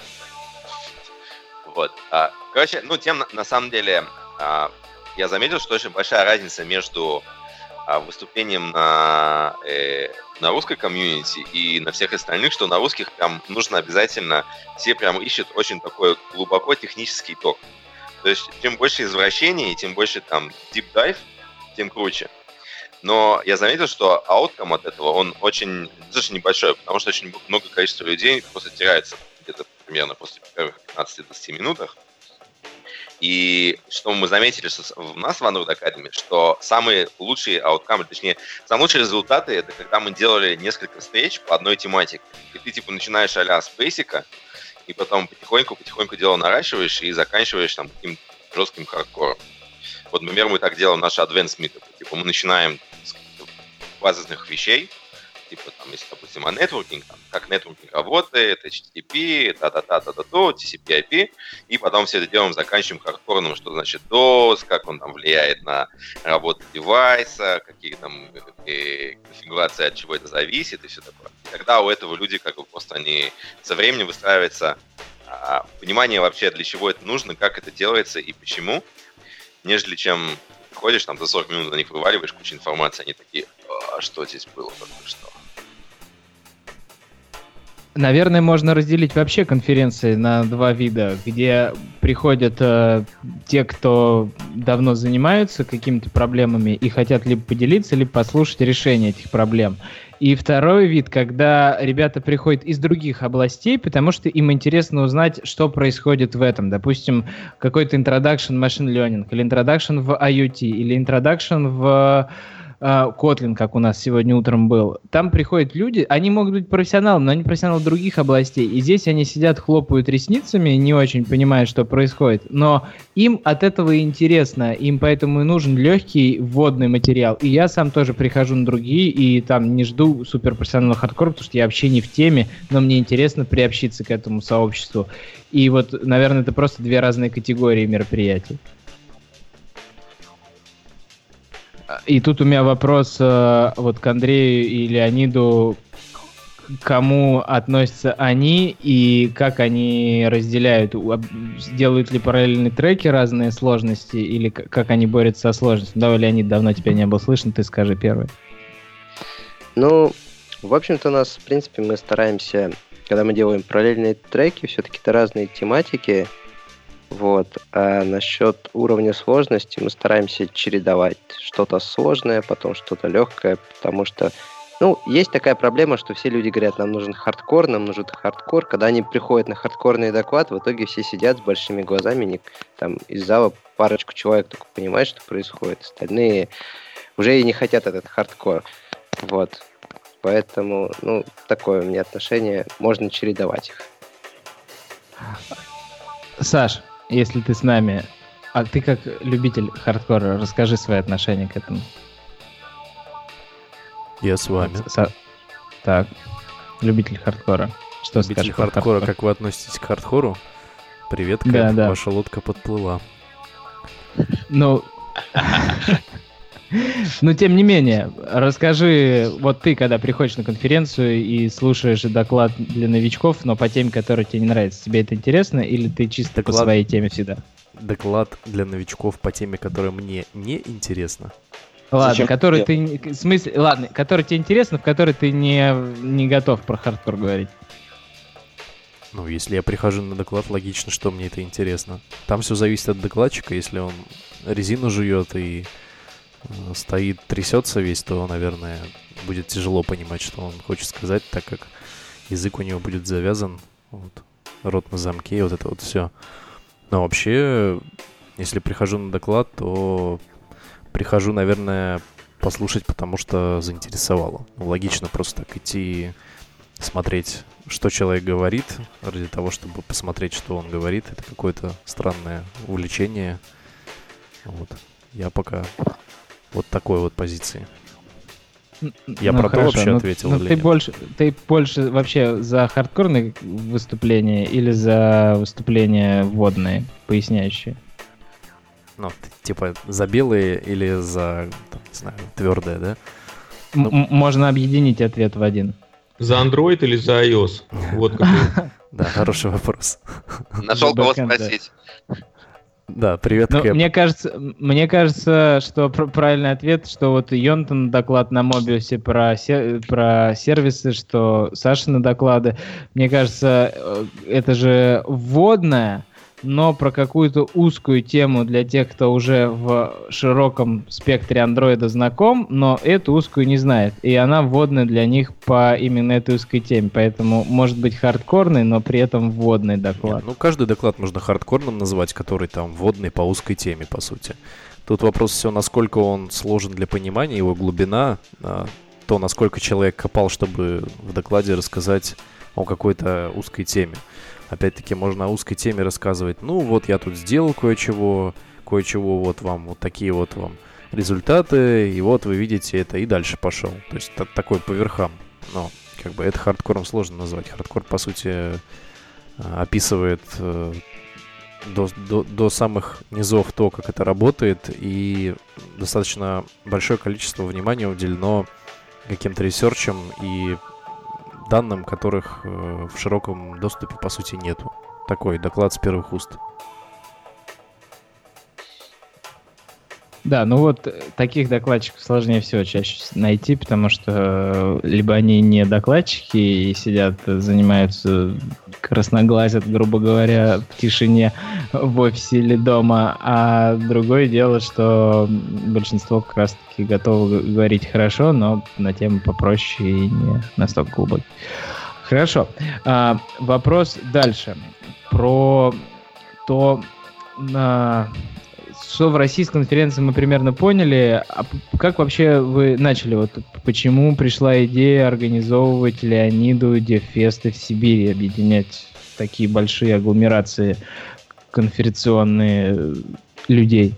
Вот. Короче, тем на самом деле я заметил, что очень большая разница между выступлением на русской комьюнити и на всех остальных, что на русских прям нужно обязательно, все прям ищут очень такой глубоко технический ток. То есть, чем больше извращений, тем больше там deep dive, тем круче. Но я заметил, что аутком от этого, он очень достаточно небольшой, потому что очень много количества людей просто теряется где-то примерно после первых 15-20 минутах. И что мы заметили, что у нас в Android Academy, что самые лучшие ауткамы, точнее, самые лучшие результаты, это когда мы делали несколько встреч по одной тематике. И ты типа начинаешь а-ля с бейсика, и потом потихоньку дело наращиваешь и заканчиваешь там таким жестким хардкором. Вот, например, мы так делаем наши Advanced Meetup. Типа мы начинаем с базисных вещей, типа, там, если, допустим, нетворкинг, как нетворкинг работает, HTTP, TCP, IP, и потом все это делаем, заканчиваем хардкорным, что значит DOS, как он там влияет на работу девайса, какие там конфигурации, от чего это зависит и все такое. Тогда у этого люди как бы просто они со временем выстраивается понимание вообще, для чего это нужно, как это делается и почему, нежели чем ходишь, там за 40 минут на них вываливаешь кучу информации, они такие, а что здесь было, только что. Наверное, можно разделить вообще конференции на два вида, где приходят те, кто давно занимаются какими-то проблемами и хотят либо поделиться, либо послушать решение этих проблем. И второй вид, когда ребята приходят из других областей, потому что им интересно узнать, что происходит в этом. Допустим, какой-то introduction machine learning, или introduction в IoT, или introduction в Kotlin, как у нас сегодня утром был. Там приходят люди, они могут быть профессионалами, но они профессионалы других областей. И здесь они сидят, хлопают ресницами, не очень понимают, что происходит. Но им от этого интересно, им поэтому и нужен легкий вводный материал. И я сам тоже прихожу на другие, и там не жду суперпрофессионального хардкора, потому что я вообще не в теме, но мне интересно приобщиться к этому сообществу. И вот, наверное, это просто две разные категории мероприятий. И тут у меня вопрос вот к Андрею и Леониду. кому относятся они и как они разделяют, делают ли параллельные треки разные сложности или как они борются со сложностью. Да, Леонид, давно тебя не было слышно, ты скажи первый. Ну, в общем-то, у нас, в принципе, мы стараемся, когда мы делаем параллельные треки, все-таки это разные тематики. Вот. А насчет уровня сложности мы стараемся чередовать что-то сложное, потом что-то легкое, потому что, ну, есть такая проблема, что все люди говорят, нам нужен хардкор. Когда они приходят на хардкорный доклад, в итоге все сидят с большими глазами, там из зала парочку человек только понимает, что происходит, остальные уже и не хотят этот хардкор. Вот. Поэтому, ну, такое у меня отношение, можно чередовать их. Саш, если ты с нами, а ты как любитель хардкора, расскажи свои отношения к этому. Я с вами. Так, любитель хардкора. Что любитель скажешь хардкора, как вы относитесь к хардкору? Привет, Кэп, да. Ваша лодка подплыла. Ну, но тем не менее, расскажи, вот ты, когда приходишь на конференцию и слушаешь доклад для новичков, но по теме, которая тебе не нравится, тебе это интересно или ты чисто по своей теме всегда? Доклад для новичков по теме, которая мне не интересна. Ладно, зачем? Который ты, в смысле, ладно, который тебе интересно, в который ты не готов про хардкор говорить. Ну, если я прихожу на доклад, логично, что мне это интересно. Там все зависит от докладчика. Если он резину жует и стоит, трясется весь, то, наверное, будет тяжело понимать, что он хочет сказать, так как язык у него будет завязан, вот, рот на замке, вот это вот все. Но вообще, если прихожу на доклад, то прихожу, наверное, послушать, потому что заинтересовало. Ну, логично просто так идти смотреть, что человек говорит, ради того, чтобы посмотреть, что он говорит. Это какое-то странное увлечение. Вот. Я пока вот такой вот позиции. Я про то вообще ответил. Но ты больше вообще за хардкорные выступления или за выступления вводные, поясняющие? Ну, типа за белые или за, там, не знаю, твердые, да? Можно объединить ответ в один. За Android или за iOS? Вот какой. Да, хороший вопрос. Нашел кого спросить. Да, привет, Кэп. Мне кажется, что правильный ответ, что вот Йонтон доклад на Мобиусе про сервисы, что Саша на доклады. Мне кажется, это же вводное, но про какую-то узкую тему для тех, кто уже в широком спектре андроида знаком, но эту узкую не знает. И она вводная для них по именно этой узкой теме. Поэтому может быть хардкорный, но при этом вводный доклад. Нет, ну, каждый доклад можно хардкорным назвать, который там вводный по узкой теме, по сути. Тут вопрос все, насколько он сложен для понимания, его глубина, то, насколько человек копал, чтобы в докладе рассказать о какой-то узкой теме. Опять-таки, можно о узкой теме рассказывать. Ну, вот я тут сделал кое-чего, вот вам, вот такие вот вам результаты, и вот вы видите это, и дальше пошел. То есть такой по верхам. Но, как бы, это хардкором сложно назвать. Хардкор, по сути, описывает до самых низов то, как это работает, и достаточно большое количество внимания уделено каким-то ресерчам и данным, которых в широком доступе, по сути, нету. Такой доклад с первых уст. Да, ну вот таких докладчиков сложнее всего чаще найти, потому что либо они не докладчики и сидят, занимаются, красноглазят, грубо говоря, в тишине в офисе или дома, а другое дело, что большинство как раз-таки готовы говорить хорошо, но на темы попроще и не настолько глубокие. Хорошо. Вопрос дальше. Про то, что в России с конференцией мы примерно поняли. А как вообще вы начали? Вот почему пришла идея организовывать Леониду Дефесты в Сибири, объединять такие большие агломерации конференционные людей?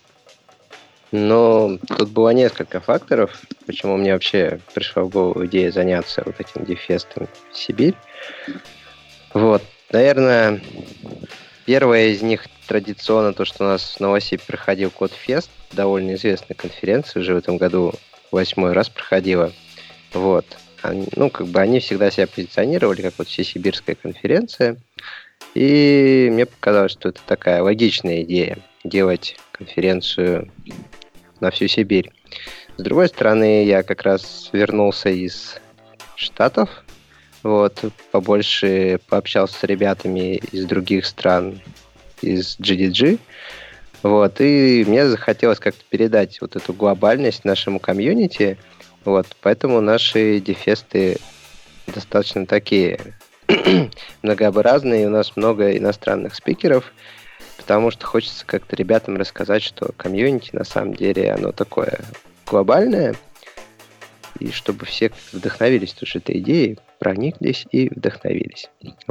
Ну, тут было несколько факторов, почему мне вообще пришла в голову идея заняться вот этим Дефестом в Сибирь. Вот, наверное, первая из них традиционно то, что у нас в Новосибе проходил Кодфест, довольно известная конференция, уже в этом году 8-й раз проходила. Вот. они всегда себя позиционировали как вот Всесибирская конференция. И мне показалось, что это такая логичная идея делать конференцию на всю Сибирь. С другой стороны, я как раз вернулся из Штатов, побольше пообщался с ребятами из других стран, из GDG, и мне захотелось как-то передать вот эту глобальность нашему комьюнити, поэтому наши дефесты достаточно такие многообразные, у нас много иностранных спикеров, потому что хочется как-то ребятам рассказать, что комьюнити на самом деле оно такое глобальное, и чтобы все вдохновились тоже этой идеей, прониклись и вдохновились.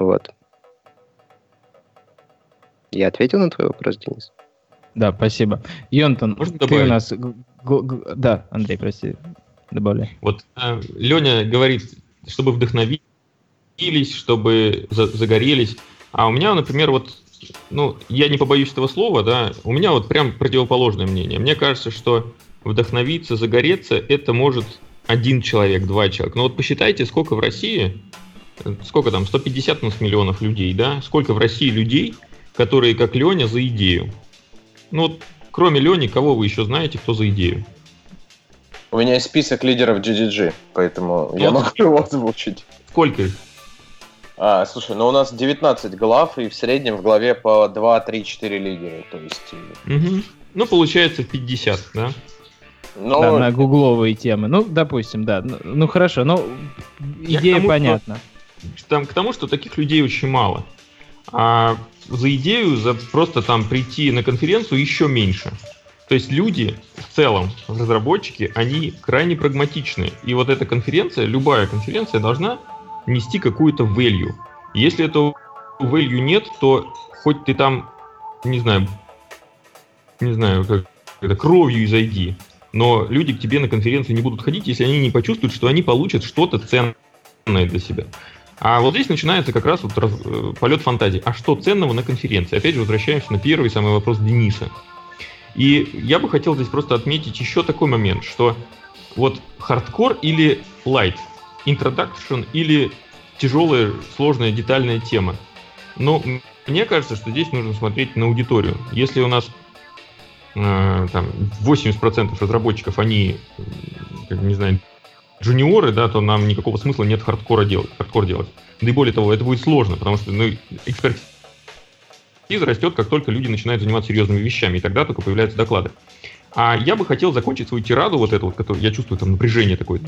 Я ответил на твой вопрос, Денис? Да, спасибо. Йонтон, можно ты добавить? у нас... Да, Андрей, прости, добавляй. Леня говорит, чтобы вдохновились, чтобы загорелись. А у меня, например, я не побоюсь этого слова, да, у меня прям противоположное мнение. Мне кажется, что вдохновиться, загореться, это может 1 человек, 2 человека. Но посчитайте, сколько в России, 150 миллионов людей, да? Сколько в России людей, которые, как Леня, за идею. Кроме Лени, кого вы еще знаете, кто за идею? У меня есть список лидеров GDG, поэтому я могу его озвучить. Сколько их? Слушай, у нас 19 глав, и в среднем в главе по 2, 3, 4 лидера, то есть... Угу. Получается 50, да? Да, на гугловые темы. Допустим, да. Хорошо, идея понятна. К тому, что таких людей очень мало. А за идею, за просто прийти на конференцию еще меньше. То есть люди в целом, разработчики, они крайне прагматичны. И эта конференция, любая конференция должна нести какую-то value. Если этого value нет, то хоть ты там, не знаю, как это, кровью изойди, но люди к тебе на конференцию не будут ходить, если они не почувствуют, что они получат что-то ценное для себя. А здесь начинается как раз полет фантазии. А что ценного на конференции? Опять же, возвращаемся на первый самый вопрос Дениса. И я бы хотел здесь просто отметить еще такой момент, что хардкор или light, introduction или тяжелая, сложная, детальная тема. Но мне кажется, что здесь нужно смотреть на аудиторию. Если у нас 80% разработчиков, они, джуниоры, да, то нам никакого смысла нет хардкор делать. Да и более того, это будет сложно, потому что экспертиза растет, как только люди начинают заниматься серьезными вещами, и тогда только появляются доклады. А я бы хотел закончить свою тираду, которую я чувствую, напряжение такое.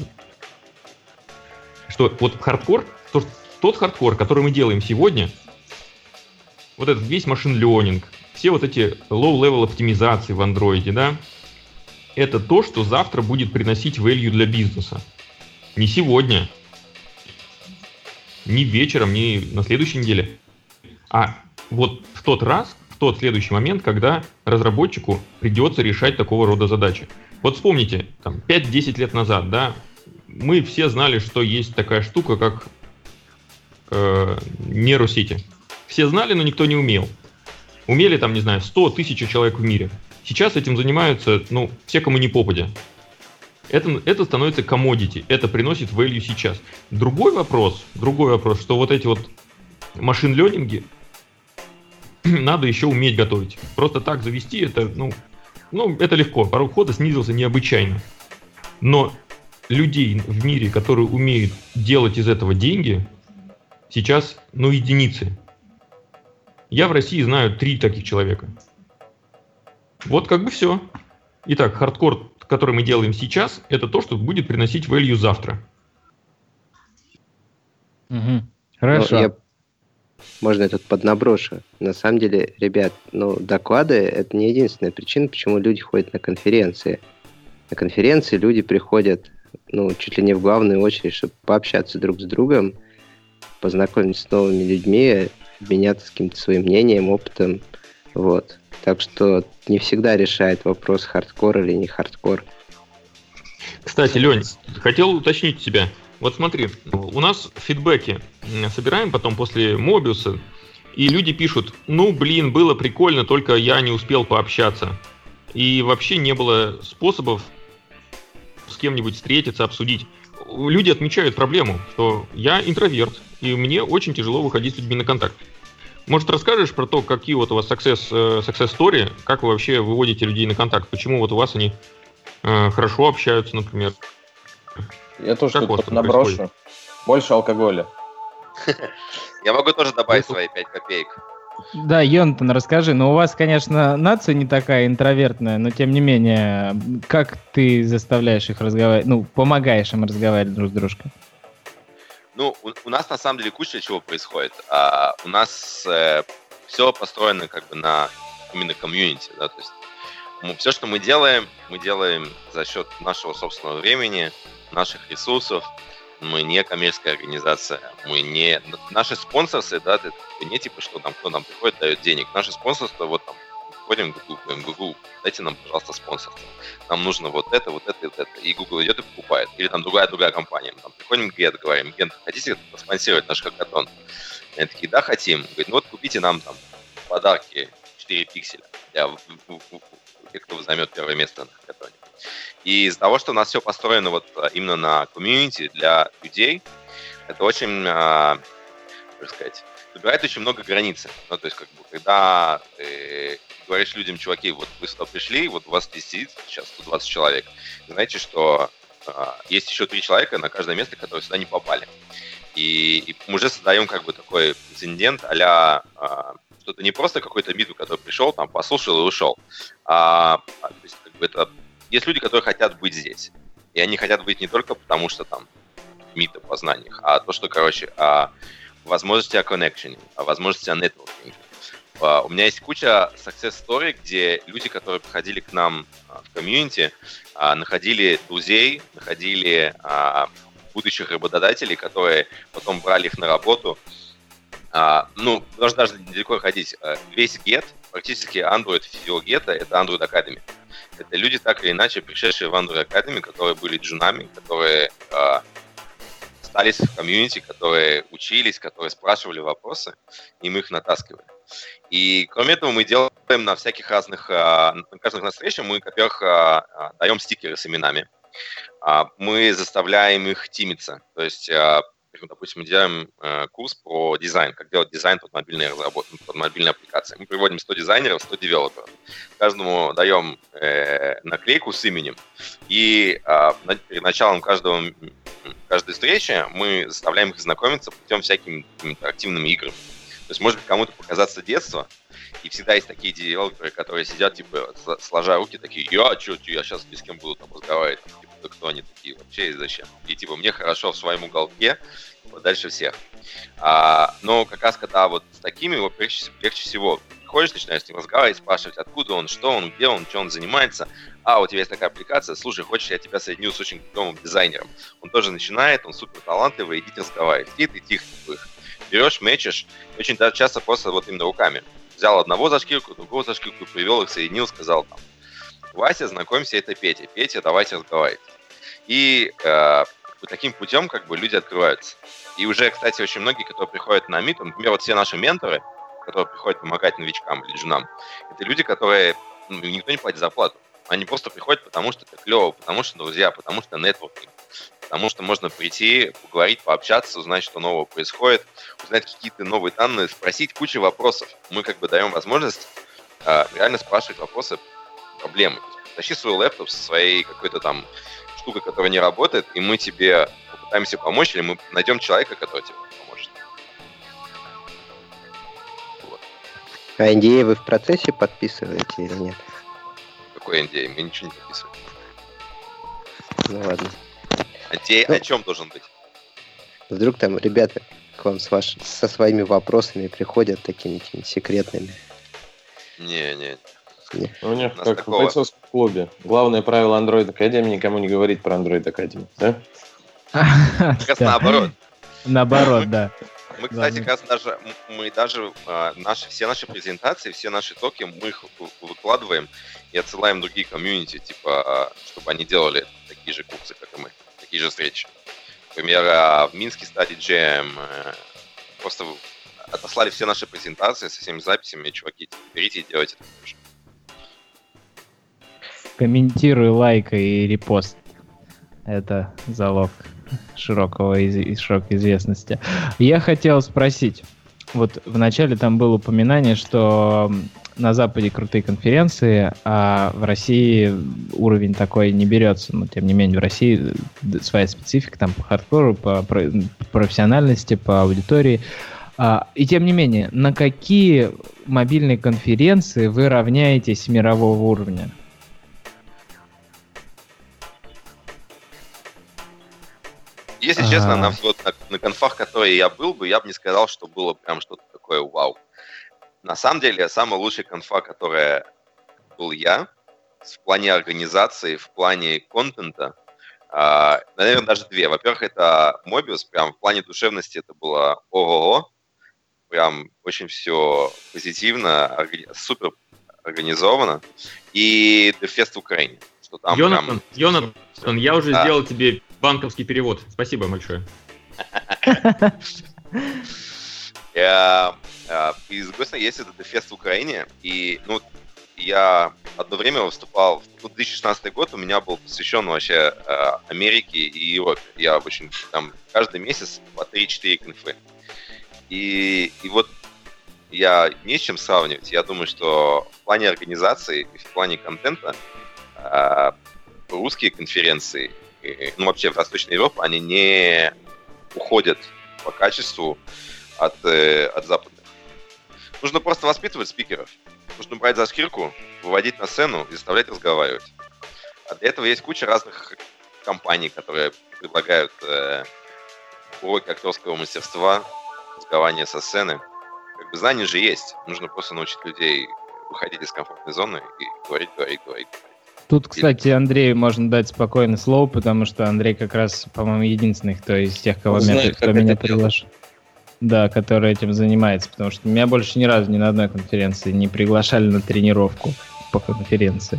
Что хардкор, тот хардкор, который мы делаем сегодня, этот весь машин ленинг, все эти low-level оптимизации в андроиде, да, это то, что завтра будет приносить value для бизнеса. Не сегодня, не вечером, не на следующей неделе, а в тот следующий момент, когда разработчику придется решать такого рода задачи. Вспомните, 5-10 лет назад, да, мы все знали, что есть такая штука, как нейросети. Все знали, но никто не умел. Умели 100 тысяч человек в мире. Сейчас этим занимаются, все, кому не попадя. Это становится commodity, это приносит value сейчас. Другой вопрос, что эти машин-ленинги надо еще уметь готовить. Просто так завести это, это легко. Порог входа снизился необычайно. Но людей в мире, которые умеют делать из этого деньги, сейчас, единицы. Я в России знаю 3 таких человека. Все. Итак, хардкор, который мы делаем сейчас, это то, что будет приносить value завтра. Угу. Хорошо. Можно я тут поднаброшу? На самом деле, ребят, доклады — это не единственная причина, почему люди ходят на конференции. На конференции люди приходят, чуть ли не в главную очередь, чтобы пообщаться друг с другом, познакомиться с новыми людьми, обменяться каким-то своим мнением, опытом. Так что не всегда решает вопрос, хардкор или не хардкор. Кстати, Лень, хотел уточнить тебя. Смотри, у нас фидбэки собираем потом после Мобиуса, и люди пишут: было прикольно, только я не успел пообщаться. И вообще не было способов с кем-нибудь встретиться, обсудить. люди отмечают проблему, что я интроверт, и мне очень тяжело выходить с людьми на контакт. Может, расскажешь про то, какие вот у вас success story, как вы вообще выводите людей на контакт? Почему вот у вас они хорошо общаются, например? Я тоже тут наброшу. Больше алкоголя. Я могу тоже добавить свои 5 копеек. Да, Йонатан, расскажи. У вас, конечно, нация не такая интровертная, но тем не менее, как ты заставляешь их разговаривать, помогаешь им разговаривать друг с дружкой? У нас на самом деле куча чего происходит. У нас все построено как бы на именно комьюнити, да, то есть все, что мы делаем за счет нашего собственного времени, наших ресурсов. Мы не коммерческая организация, мы не... Наши спонсоры, да, это не типа, что там кто нам приходит, дает денег. Наше спонсорство, вот там, приходим к Google, говорим, Google, дайте нам, пожалуйста, спонсорство. Нам нужно вот это. И Google идет и покупает. Или там другая компания. Там приходим к Get, говорим, Get, хотите спонсировать наш хакатон? И они такие, да, хотим. Говорит, купите нам там подарки 4 пикселя для тех, кто займет первое место на хакатоне. И из-за того, что у нас все построено вот именно на комьюнити для людей, это очень, как сказать, выбирает очень много границ. То есть, как бы, когда ты говоришь людям, чуваки, вот вы сюда пришли, вот у вас здесь сидит сейчас 120 человек, знаете, что есть еще 3 человека на каждое место, которые сюда не попали. И мы уже создаем как бы такой прецедент а-ля что это не просто какой-то битва, который пришел, там, послушал и ушел. То есть, как бы это... Есть люди, которые хотят быть здесь. И они хотят быть не только потому, что там мита по знаниях, а то, что, возможности о коннекшене, возможности о нетворкинге. У меня есть куча success story, где люди, которые приходили к нам в комьюнити, находили друзей, находили будущих работодателей, которые потом брали их на работу. Можно даже недалеко ходить. Весь Get, практически Android всего Get, это Android Academy. Это люди, так или иначе, пришедшие в Android Academy, которые были джунами, которые остались в комьюнити, которые учились, которые спрашивали вопросы, и мы их натаскивали. И кроме этого мы делаем на всяких разных, на каждых встречах мы, во-первых, даем стикеры с именами. Мы заставляем их тимиться. То есть, допустим, мы делаем курс про дизайн, как делать дизайн под мобильные разработки, под мобильные аппликации. Мы приводим 100 дизайнеров, 100 девелоперов. Каждому даем наклейку с именем. И перед началом каждой встречи мы заставляем их знакомиться путем всякими интерактивными играми. То есть, может быть, кому-то показаться детство, и всегда есть такие девелоперы, которые сидят, типа, сложа руки, такие, я сейчас ни с кем буду там разговаривать, типа, да кто они такие вообще и зачем? И, типа, мне хорошо в своем уголке, вот, дальше всех. Но как раз, когда вот с такими, вот, легче всего приходишь, начинаешь с ним разговаривать, спрашивать, откуда он, что он, где он, чем он занимается. У тебя есть такая аппликация, слушай, хочешь, я тебя соединю с очень крутым дизайнером. Он тоже начинает, он супер талантливый, идите разговаривать. И ты тихо их берешь, мэчишь, очень даже часто просто вот именно руками. Взял одного за шкирку, другого за шкирку, привел их, соединил, сказал там, Вася, знакомься, это Петя. Петя, давайте разговаривать. И таким путем как бы люди открываются. И уже, кстати, очень многие, которые приходят на Meet, например, вот все наши менторы, которые приходят помогать новичкам или джунам, это люди, которые, никто не платит зарплату. Они просто приходят, потому что это клево, потому что друзья, потому что нетворкинг. Потому что можно прийти, поговорить, пообщаться, узнать, что нового происходит, узнать какие-то новые данные, спросить кучу вопросов. Мы как бы даем возможность реально спрашивать вопросы, проблемы. Тащи свой лэптоп со своей какой-то там штукой, которая не работает, и мы тебе попытаемся помочь, или мы найдем человека, который тебе поможет. Вот. А NDA вы в процессе подписываете или нет? Какой NDA? Мы ничего не подписываем. Ну ладно. О чем должен быть? Вдруг там ребята к вам со своими вопросами приходят такими секретными. Не. У них как в бойцовском клубе. Главное правило Android Academy — никому не говорить про Android Academy, да? Как раз наоборот. Наоборот, да. Мы, кстати, как раз все наши презентации, все наши токи, мы их выкладываем и отсылаем в другие комьюнити, типа, чтобы они делали такие же курсы, как и мы, такие же встречи. Например, в Минске Study Jam просто отослали все наши презентации со всеми записями, чуваки, берите и делайте это тоже. Комментируй, лайкай и репост. Это залог широкой известности. Я хотел спросить, вот вначале там было упоминание, что на Западе крутые конференции, а в России уровень такой не берется. Но, тем не менее, в России своя специфика там по хардкору, по профессиональности, по аудитории. И тем не менее, на какие мобильные конференции вы равняетесь мирового уровня? Если честно, на конфах, которые я был бы, я бы не сказал, что было прям что-то такое вау. На самом деле, самая лучшая конфа, которая был я, в плане организации, в плане контента, наверное, даже две. Во-первых, это Mobius, прям в плане душевности это было ого-го. Прям очень все позитивно, супер организовано. И DevFest в Украине. Что там Йонатан, я уже сделал тебе банковский перевод. Спасибо большое. И, с другой стороны, есть этот DevFest в Украине, и, я одно время выступал, 2016 год у меня был посвящен вообще Америке и Европе. Я очень, там, каждый месяц по 3-4 конфы. И вот я не с чем сравнивать. Я думаю, что в плане организации и в плане контента русские конференции, вообще в Восточной Европе, они не уходят по качеству от западных. Нужно просто воспитывать спикеров. Нужно брать за шкирку, выводить на сцену и заставлять разговаривать. А для этого есть куча разных компаний, которые предлагают уроки актерского мастерства, разговаривания со сцены. Знания же есть. Нужно просто научить людей выходить из комфортной зоны и говорить. Тут, кстати, Андрею можно дать спокойно слово, потому что Андрей как раз, по-моему, единственный, кто из тех, кто меня приглашал. Да, который этим занимается, потому что меня больше ни разу ни на одной конференции не приглашали на тренировку по конференции.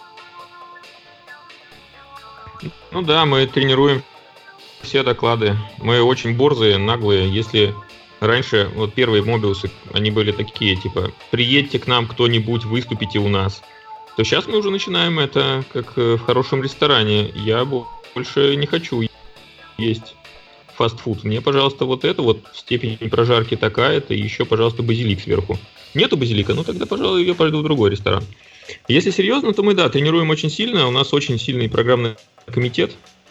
Ну да, мы тренируем все доклады. Мы очень борзые, наглые. Если раньше вот первые мобиусы, они были такие, типа, приедьте к нам кто-нибудь, выступите у нас, то сейчас мы уже начинаем это как в хорошем ресторане. Я больше не хочу есть фастфуд. Мне, пожалуйста, вот это вот степень прожарки такая-то, и еще, пожалуйста, базилик сверху. Нету базилика? Ну тогда, пожалуй, я пойду в другой ресторан. Если серьезно, то мы, да, тренируем очень сильно. У нас очень сильный программный комитет.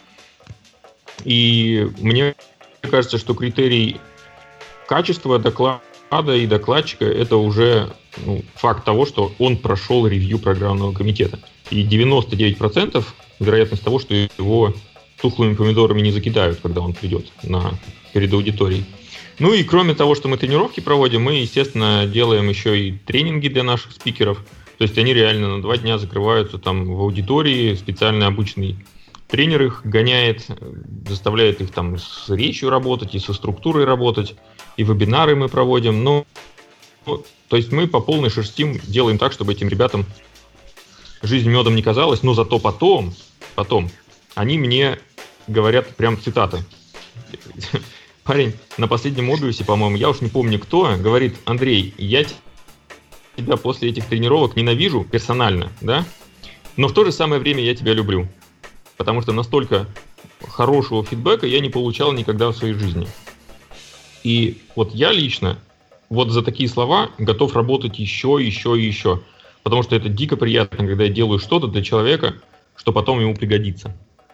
И мне кажется, что критерий качества доклада и докладчика — это уже факт того, что он прошел ревью программного комитета. И 99% вероятность того, что его тухлыми помидорами не закидают, когда он придет перед аудиторией. Ну и кроме того, что мы тренировки проводим, мы, естественно, делаем еще и тренинги для наших спикеров. То есть они реально на 2 дня закрываются там в аудитории, специально обученный тренер их гоняет, заставляет их там с речью работать, и со структурой работать, и вебинары мы проводим. То есть мы по полной шерстим делаем так, чтобы этим ребятам жизнь медом не казалась, но зато потом они мне говорят прям цитаты. Парень на последнем мобиусе, по-моему, я уж не помню кто, говорит: Андрей, я тебя после этих тренировок ненавижу персонально, да? Но в то же самое время я тебя люблю. Потому что настолько хорошего фидбэка я не получал никогда в своей жизни. И вот я лично вот за такие слова готов работать еще. Потому что это дико приятно, когда я делаю что-то для человека, что потом ему пригодится.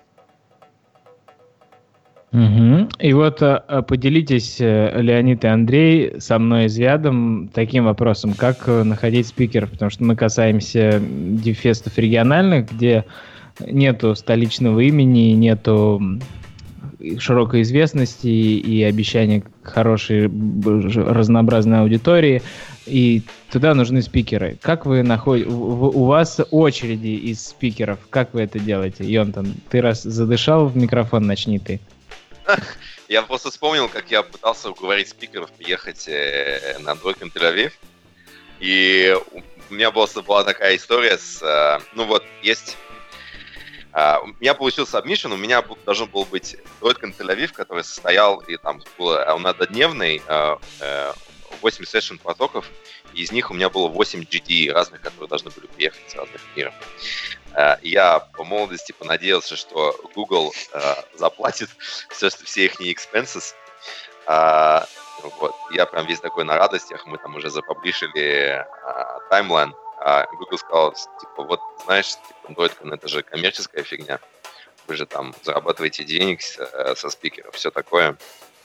Угу. И вот поделитесь, Леонид и Андрей, со мной и Звядом таким вопросом, как находить спикеров, потому что мы касаемся дивфестов региональных, где нету столичного имени, нету широкой известности и обещания хорошей разнообразной аудитории, и туда нужны спикеры. Как вы находите... У вас очереди из спикеров, как вы это делаете? Йонтан, ты раз задышал в микрофон, начни ты. Я просто вспомнил, как я пытался уговорить спикеров приехать на Android Тель-Авив. И у меня была такая история с... есть... У меня получился адмишн, у меня должен был быть Android Тель-Авив, который состоял, и там он однодневный, 8 сессион потоков, и из них у меня было 8 GDE разных, которые должны были приехать с разных миров. Я по молодости понадеялся, что Google заплатит все их expenses. Вот. Я прям весь такой на радостях, мы там уже запаблишили таймлайн. Google сказал, типа, вот, знаешь, типа, Android, это же коммерческая фигня. Вы же там зарабатываете денег со спикеров, все такое.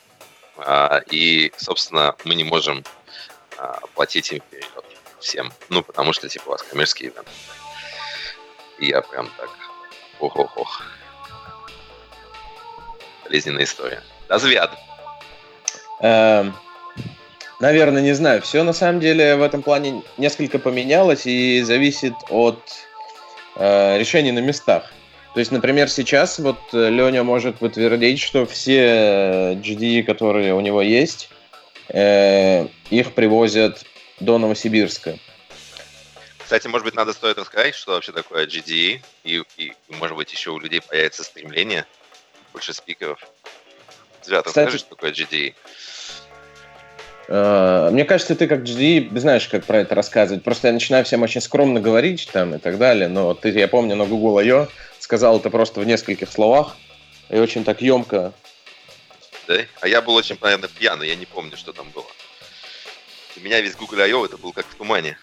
И, собственно, мы не можем платить им вперед всем. Ну, потому что, типа, у вас коммерческие ивенты. И я прям так, ох-ох-ох. Болезненная история. Развяд. Наверное, не знаю. Все на самом деле в этом плане несколько поменялось и зависит от решений на местах. То есть, например, сейчас вот Леня может подтвердить, что все GDE, которые у него есть, их привозят до Новосибирска. Кстати, может быть, стоит рассказать, что вообще такое GDE, и может быть, еще у людей появится стремление, больше спикеров. Звят, расскажи, что такое GDE? Мне кажется, ты как GDE знаешь, как про это рассказывать. Просто я начинаю всем очень скромно говорить там и так далее, но ты, я помню, на Google I.O. сказал это просто в нескольких словах и очень так емко. Да? А я был очень, наверное, пьяный, я не помню, что там было. Для меня весь Google I.O. это был как в тумане.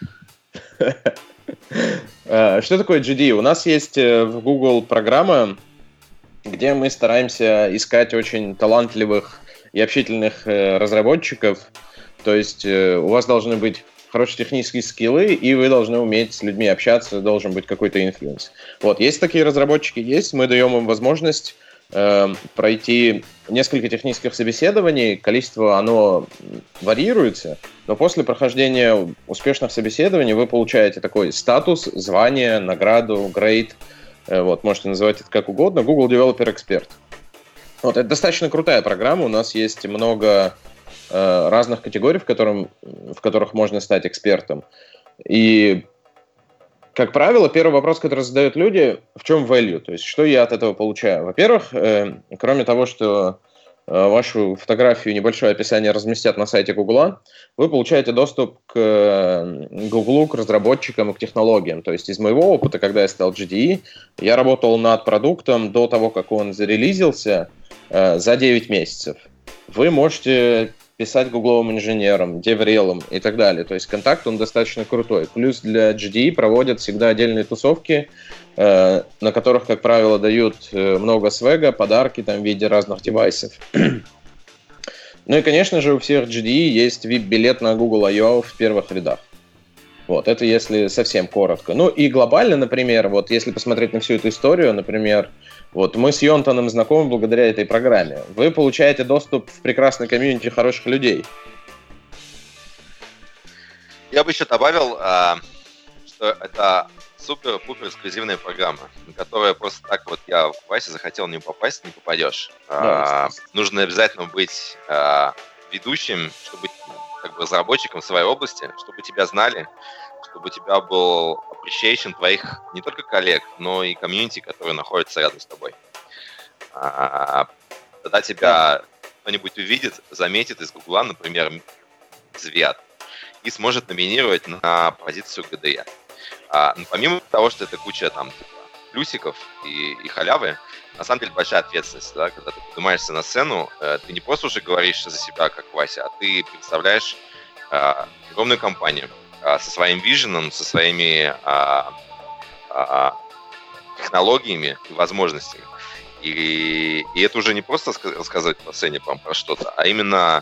Что такое GDE? У нас есть в Google программа, где мы стараемся искать очень талантливых и общительных разработчиков. То есть у вас должны быть хорошие технические скиллы, и вы должны уметь с людьми общаться, должен быть какой-то инфлюенс. Вот, есть такие разработчики, есть, мы даем им возможность пройти несколько технических собеседований, количество оно варьируется, но после прохождения успешных собеседований вы получаете такой статус, звание, награду, грейд, вот, можете называть это как угодно, Google Developer Expert. Вот, это достаточно крутая программа, у нас есть много разных категорий, в которых можно стать экспертом. И, как правило, первый вопрос, который задают люди, в чем value, то есть что я от этого получаю. Во-первых, кроме того, что вашу фотографию и небольшое описание разместят на сайте Гугла, вы получаете доступ к Гуглу, к разработчикам и к технологиям. То есть из моего опыта, когда я стал GDE, я работал над продуктом до того, как он зарелизился, за 9 месяцев. Вы можете писать гугловым инженерам, деврелам и так далее. То есть контакт, он достаточно крутой. Плюс для GDE проводят всегда отдельные тусовки, на которых, как правило, дают много свега, подарки там, в виде разных девайсов. Ну и, конечно же, у всех GDE есть VIP-билет на Google I.O. в первых рядах. Вот, это если совсем коротко. Ну и глобально, например, вот если посмотреть на всю эту историю, например, вот мы с Йонтоном знакомы благодаря этой программе. Вы получаете доступ в прекрасный комьюнити хороших людей. Я бы еще добавил, что это супер-пупер эксклюзивная программа, на которую просто так вот я в Васе захотел не попасть, не попадешь. Да, нужно обязательно быть ведущим, чтобы быть как бы разработчиком в своей области, чтобы тебя знали, чтобы у тебя был appreciation твоих не только коллег, но и комьюнити, которые находятся рядом с тобой. Тогда тебя кто-нибудь увидит, заметит из Гугла, например, Звят, и сможет номинировать на позицию ГДЕ. Но помимо того, что это куча там плюсиков и халявы, на самом деле большая ответственность, да, когда ты поднимаешься на сцену, ты не просто уже говоришь за себя, как Вася, а ты представляешь огромную компанию со своим виженом, со своими технологиями и возможностями. И это уже не просто рассказывать по сцене про что-то, а именно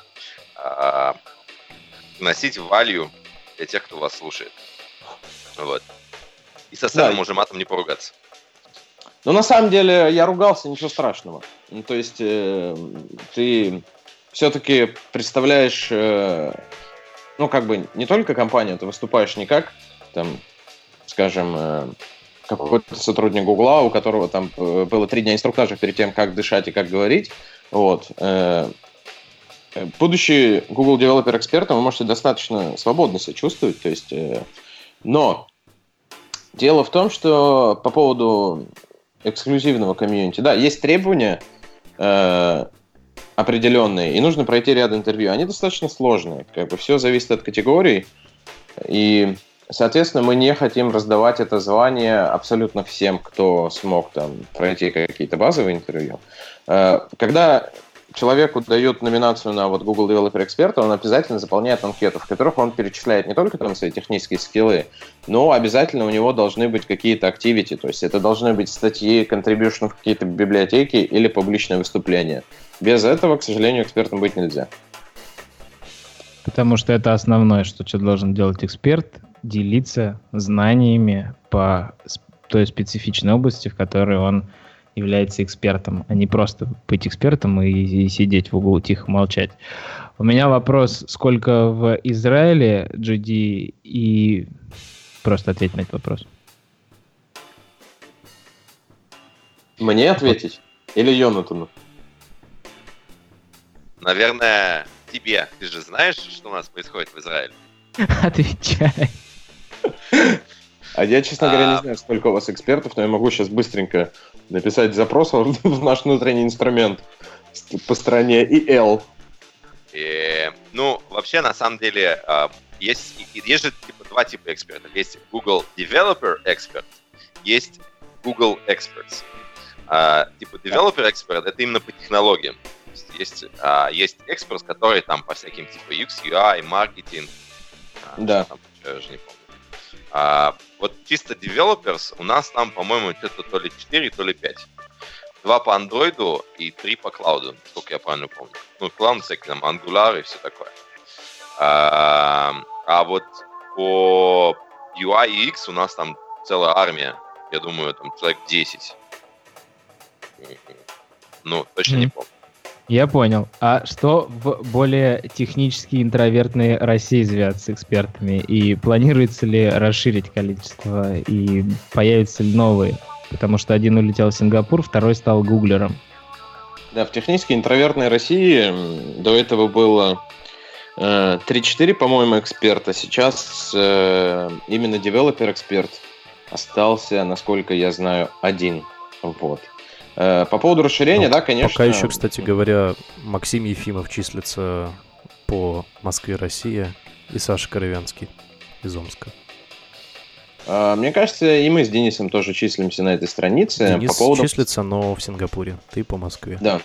носить value для тех, кто вас слушает. Вот. И со сцены можем матом не поругаться. Ну, на самом деле, я ругался, ничего страшного. Ну, то есть, ты все-таки представляешь, ну, как бы, не только компанию, ты выступаешь не как, там, скажем, какой-то сотрудник Гугла, у которого там было 3 дня инструктажа перед тем, как дышать и как говорить. Вот. Будучи Google Developer экспертом, вы можете достаточно свободно себя чувствовать. То есть, но дело в том, что по поводу эксклюзивного комьюнити, да, есть требования определенные, и нужно пройти ряд интервью. Они достаточно сложные, как бы все зависит от категорий. И Соответственно, мы не хотим раздавать это звание абсолютно всем, кто смог там пройти какие-то базовые интервью. Когда человеку дают номинацию на вот Google Developer Expert, он обязательно заполняет анкету, в которых он перечисляет не только там свои технические скиллы, но обязательно у него должны быть какие-то activity, то есть это должны быть статьи, contribution в какие-то библиотеки или публичные выступления. Без этого, к сожалению, экспертом быть нельзя. Потому что это основное, что должен делать эксперт, делиться знаниями по той специфичной области, в которой он является экспертом, а не просто быть экспертом и сидеть в углу тихо молчать. У меня вопрос, сколько в Израиле GD, и просто ответь на этот вопрос. Мне ответить? Или Йонатану? Наверное, тебе. Ты же знаешь, что у нас происходит в Израиле? Отвечай. А я, честно говоря, не знаю, сколько у вас экспертов, но я могу сейчас быстренько написать запрос в наш внутренний инструмент по стране EL. Ну, вообще, на самом деле, есть же типа, два типа экспертов. Есть Google Developer Expert, есть Google Experts. Типа Developer Expert — это именно по технологиям. Есть Experts, которые там по всяким типа UX, UI, маркетинг. Да. Там, я уже не помню. Вот чисто developers у нас там, по-моему, что-то то ли 4, то ли 5. 2 по андроиду и 3 по клауду, сколько я правильно помню. Ну, клауд, всякие там Angular и все такое. А вот по UI и UX у нас там целая армия. Я думаю, там человек 10. Ну, точно не помню. Я понял. А что в более технически интровертной России звят с экспертами? И планируется ли расширить количество? И появятся ли новые? Потому что один улетел в Сингапур, второй стал гуглером. Да, в технически интровертной России до этого было 3-4, по-моему, эксперта. Сейчас именно девелопер-эксперт остался, насколько я знаю, один. Вот. По поводу расширения, да, конечно. Пока еще, кстати говоря, Максим Ефимов числится по Москве, Россия, и Саша Коровянский из Омска. Мне кажется, и мы с Денисом тоже числимся на этой странице. Денис по поводу... числится, но в Сингапуре, ты по Москве. Да.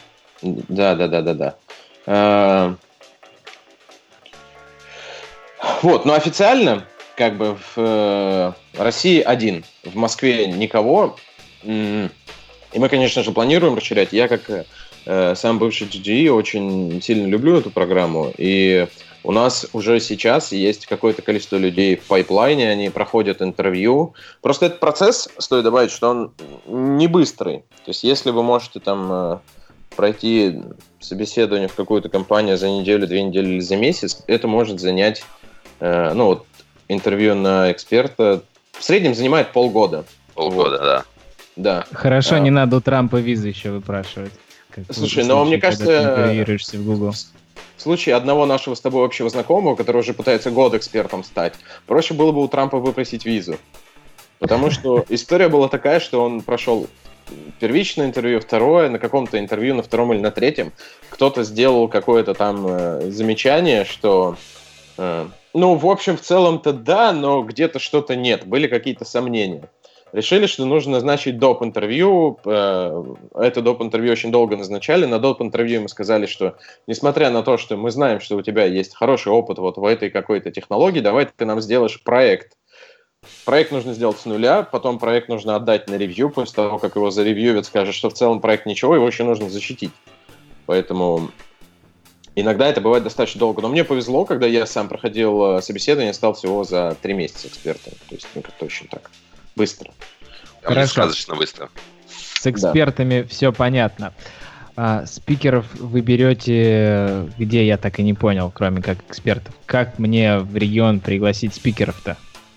Вот, но официально, как бы в России один, в Москве никого. И мы, конечно же, планируем расширять. Я, как сам бывший GGE, очень сильно люблю эту программу. И у нас уже сейчас есть какое-то количество людей в пайплайне, они проходят интервью. Просто этот процесс, стоит добавить, что он не быстрый. То есть, если вы можете там пройти собеседование в какую-то компанию за неделю, 2 недели или за месяц, это может занять, ну вот, интервью на эксперта в среднем занимает полгода. Полгода, вот. Да. Да. Хорошо, не надо у Трампа визы еще выпрашивать. Слушай, но мне кажется, интервьюируешься в Google. В случае одного нашего с тобой общего знакомого, который уже пытается год экспертом стать, проще было бы у Трампа выпросить визу. Потому что история была такая, что он прошел первичное интервью, второе, на каком-то интервью, на втором или на третьем, кто-то сделал какое-то там замечание, что, ну, в общем, в целом-то да, но где-то что-то нет, были какие-то сомнения. Решили, что нужно назначить доп-интервью. Это доп-интервью очень долго назначали. На доп-интервью мы сказали, что несмотря на то, что мы знаем, что у тебя есть хороший опыт вот в этой какой-то технологии, давай ты нам сделаешь проект. Проект нужно сделать с нуля, потом проект нужно отдать на ревью. После того, как его заревьювят, скажет, что в целом проект ничего, его еще нужно защитить. Поэтому иногда это бывает достаточно долго. Но мне повезло, когда я сам проходил собеседование, стал всего за 3 месяца экспертом. То есть, ну, как-то очень так. Быстро. Хорошо. Сказочно быстро. С экспертами все понятно. Спикеров вы берете где, я так и не понял, кроме как экспертов. Как мне в регион пригласить спикеров-то?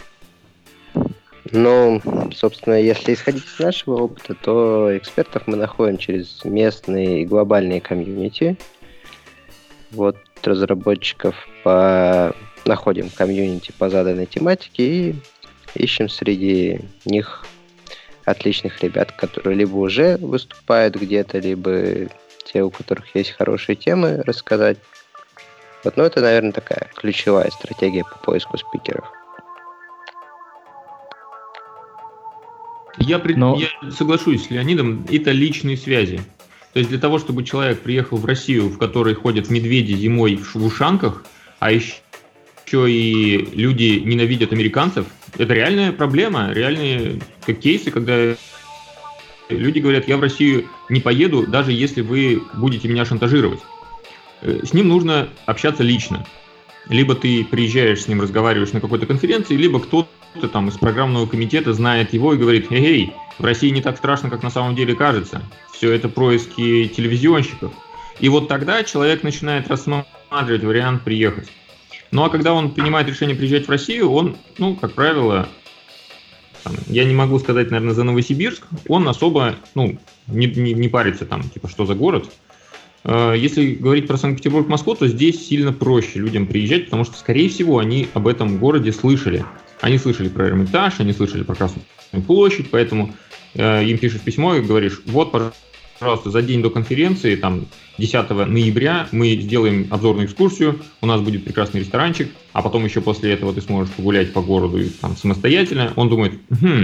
Ну, собственно, если исходить из нашего опыта, то экспертов мы находим через местные и глобальные комьюнити. Вот разработчиков находим комьюнити по заданной тематике и ищем среди них отличных ребят, которые либо уже выступают где-то, либо те, у которых есть хорошие темы рассказать. Вот, ну, это, наверное, такая ключевая стратегия по поиску спикеров. Я соглашусь с Леонидом, это личные связи. То есть для того, чтобы человек приехал в Россию, в которой ходят медведи зимой в ушанках, а еще и люди ненавидят американцев, это реальная проблема, реальные кейсы, когда люди говорят, я в Россию не поеду, даже если вы будете меня шантажировать. С ним нужно общаться лично. Либо ты приезжаешь с ним, разговариваешь на какой-то конференции, либо кто-то там из программного комитета знает его и говорит, эй, в России не так страшно, как на самом деле кажется. Все это происки телевизионщиков. И вот тогда человек начинает рассматривать вариант приехать. Ну а когда он принимает решение приезжать в Россию, он, как правило, я не могу сказать, наверное, за Новосибирск, он особо, не парится там, типа, что за город. Если говорить про Санкт-Петербург, Москву, то здесь сильно проще людям приезжать, потому что, скорее всего, они об этом городе слышали. Они слышали про Эрмитаж, они слышали про Красную площадь, поэтому им пишешь письмо и говоришь, вот, пожалуйста, за день до конференции, там, 10 ноября мы сделаем обзорную экскурсию, у нас будет прекрасный ресторанчик, а потом еще после этого ты сможешь погулять по городу и, там, самостоятельно. Он думает,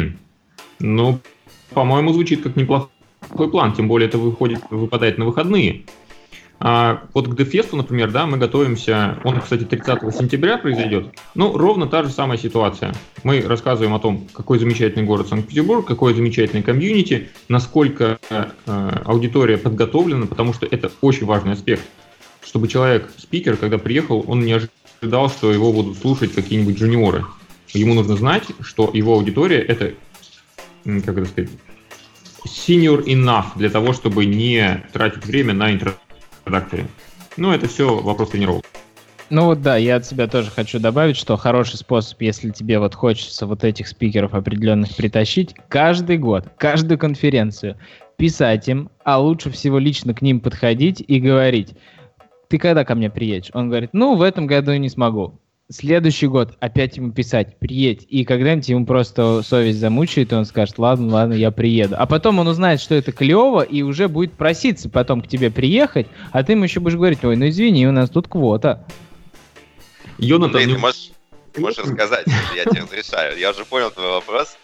по-моему, звучит как неплохой план, тем более это выпадает на выходные. А вот к Дефесту, например, да, мы готовимся, он, кстати, 30 сентября произойдет, ровно та же самая ситуация. Мы рассказываем о том, какой замечательный город Санкт-Петербург, какое замечательное комьюнити, насколько аудитория подготовлена, потому что это очень важный аспект, чтобы человек-спикер, когда приехал, он не ожидал, что его будут слушать какие-нибудь джуниоры. Ему нужно знать, что его аудитория это, как это сказать, senior enough для того, чтобы не тратить время на интродакторе. Это все вопрос тренировок. Я от себя тоже хочу добавить, что хороший способ, если тебе хочется этих спикеров определенных притащить, каждый год, каждую конференцию писать им, а лучше всего лично к ним подходить и говорить, ты когда ко мне приедешь? Он говорит, в этом году я не смогу. Следующий год опять ему писать, приедь, и когда-нибудь ему просто совесть замучает, и он скажет, ладно, я приеду. А потом он узнает, что это клево, и уже будет проситься потом к тебе приехать, а ты ему еще будешь говорить, извини, у нас тут квота. Йонатан, ты можешь рассказать, я тебе разрешаю. Я уже понял твой вопрос.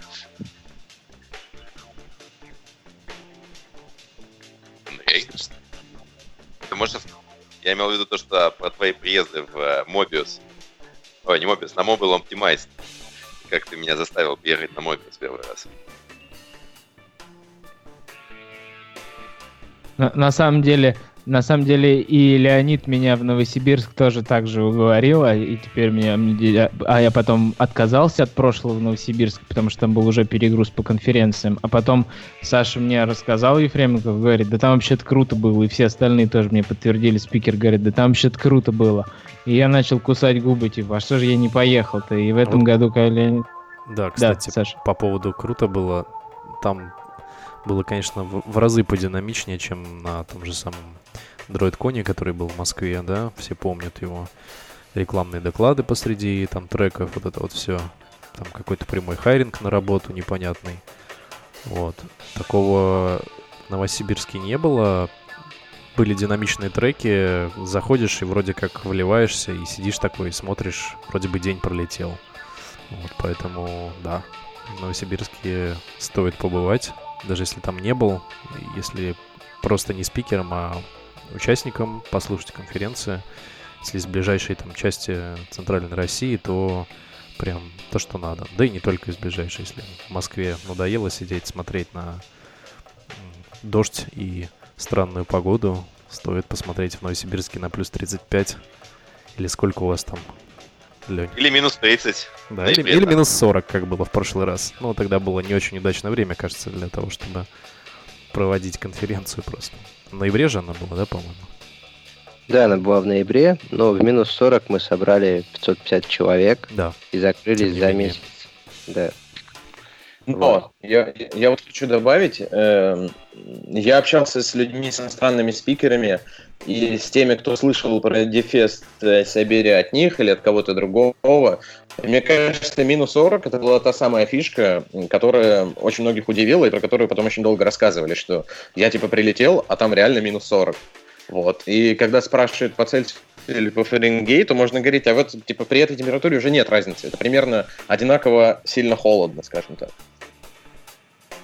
Андрей, ты можешь... Я имел в виду то, что про твои приезды в Mobius. Ой, не Mobius, на Mobile Optimized. Как ты меня заставил приехать на Mobius первый раз. На самом деле и Леонид меня в Новосибирск тоже так же уговорил, и теперь я потом отказался от прошлого в Новосибирск, потому что там был уже перегруз по конференциям, а потом Саша мне рассказал, Ефременков, говорит, да там вообще-то круто было, и все остальные тоже мне подтвердили, спикер говорит, да там вообще-то круто было. И я начал кусать губы, типа, а что же я не поехал-то? И в этом году, когда Леонид... Да, кстати, Саша, по поводу круто было, там было, конечно, в разы подинамичнее, чем на том же самом DroidCon, который был в Москве, да, все помнят его рекламные доклады посреди там треков, вот это вот все, там какой-то прямой хайринг на работу непонятный, такого в Новосибирске не было, были динамичные треки, заходишь и вроде как вливаешься и сидишь такой, смотришь, вроде бы день пролетел, поэтому, да, в Новосибирске стоит побывать, даже если там не был, если просто не спикером, а участникам, послушать конференцию. Если из ближайшей там части Центральной России, то прям то, что надо. Да и не только из ближайшей. Если в Москве надоело сидеть, смотреть на дождь и странную погоду, стоит посмотреть в Новосибирске на плюс 35. Или сколько у вас там, Лёнь? Или минус 30. Да, или минус 40, как было в прошлый раз. Тогда было не очень удачное время, кажется, для того, чтобы проводить конференцию просто. В ноябре же она была, да, по-моему? Да, она была в ноябре, но в минус 40 мы собрали 550 человек, да, и закрылись за месяц. Да. Но я хочу добавить, я общался с людьми, с иностранными спикерами, и с теми, кто слышал про Дефест Сибири от них или от кого-то другого. Мне кажется, минус 40 это была та самая фишка, которая очень многих удивила, и про которую потом очень долго рассказывали, что я прилетел, а там реально минус 40. И когда спрашивают по Цельсию или по Фаренгейту, можно говорить, а при этой температуре уже нет разницы. Это примерно одинаково сильно холодно, скажем так.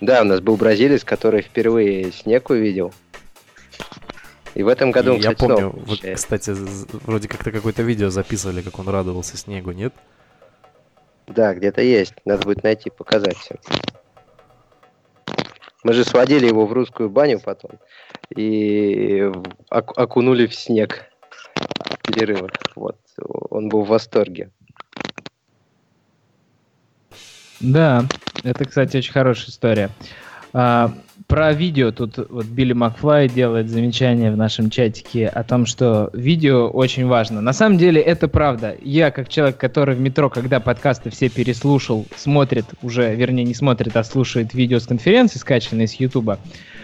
Да, у нас был бразилец, который впервые снег увидел. И в этом году он, кстати, я помню, вы, кстати, вроде как-то какое-то видео записывали, как он радовался снегу, нет? Да, где-то есть. Надо будет найти, показать всем. Мы же сводили его в русскую баню потом и окунули в снег в перерывах. Вот. Он был в восторге. Да, это, кстати, очень хорошая история. Про видео тут вот Билли Макфлай делает замечание в нашем чатике о том, что видео очень важно. На самом деле это правда. Я, как человек, который в метро, когда подкасты все переслушал, смотрит уже, вернее, не смотрит, а слушает видео с конференции, скачанные с Ютуба,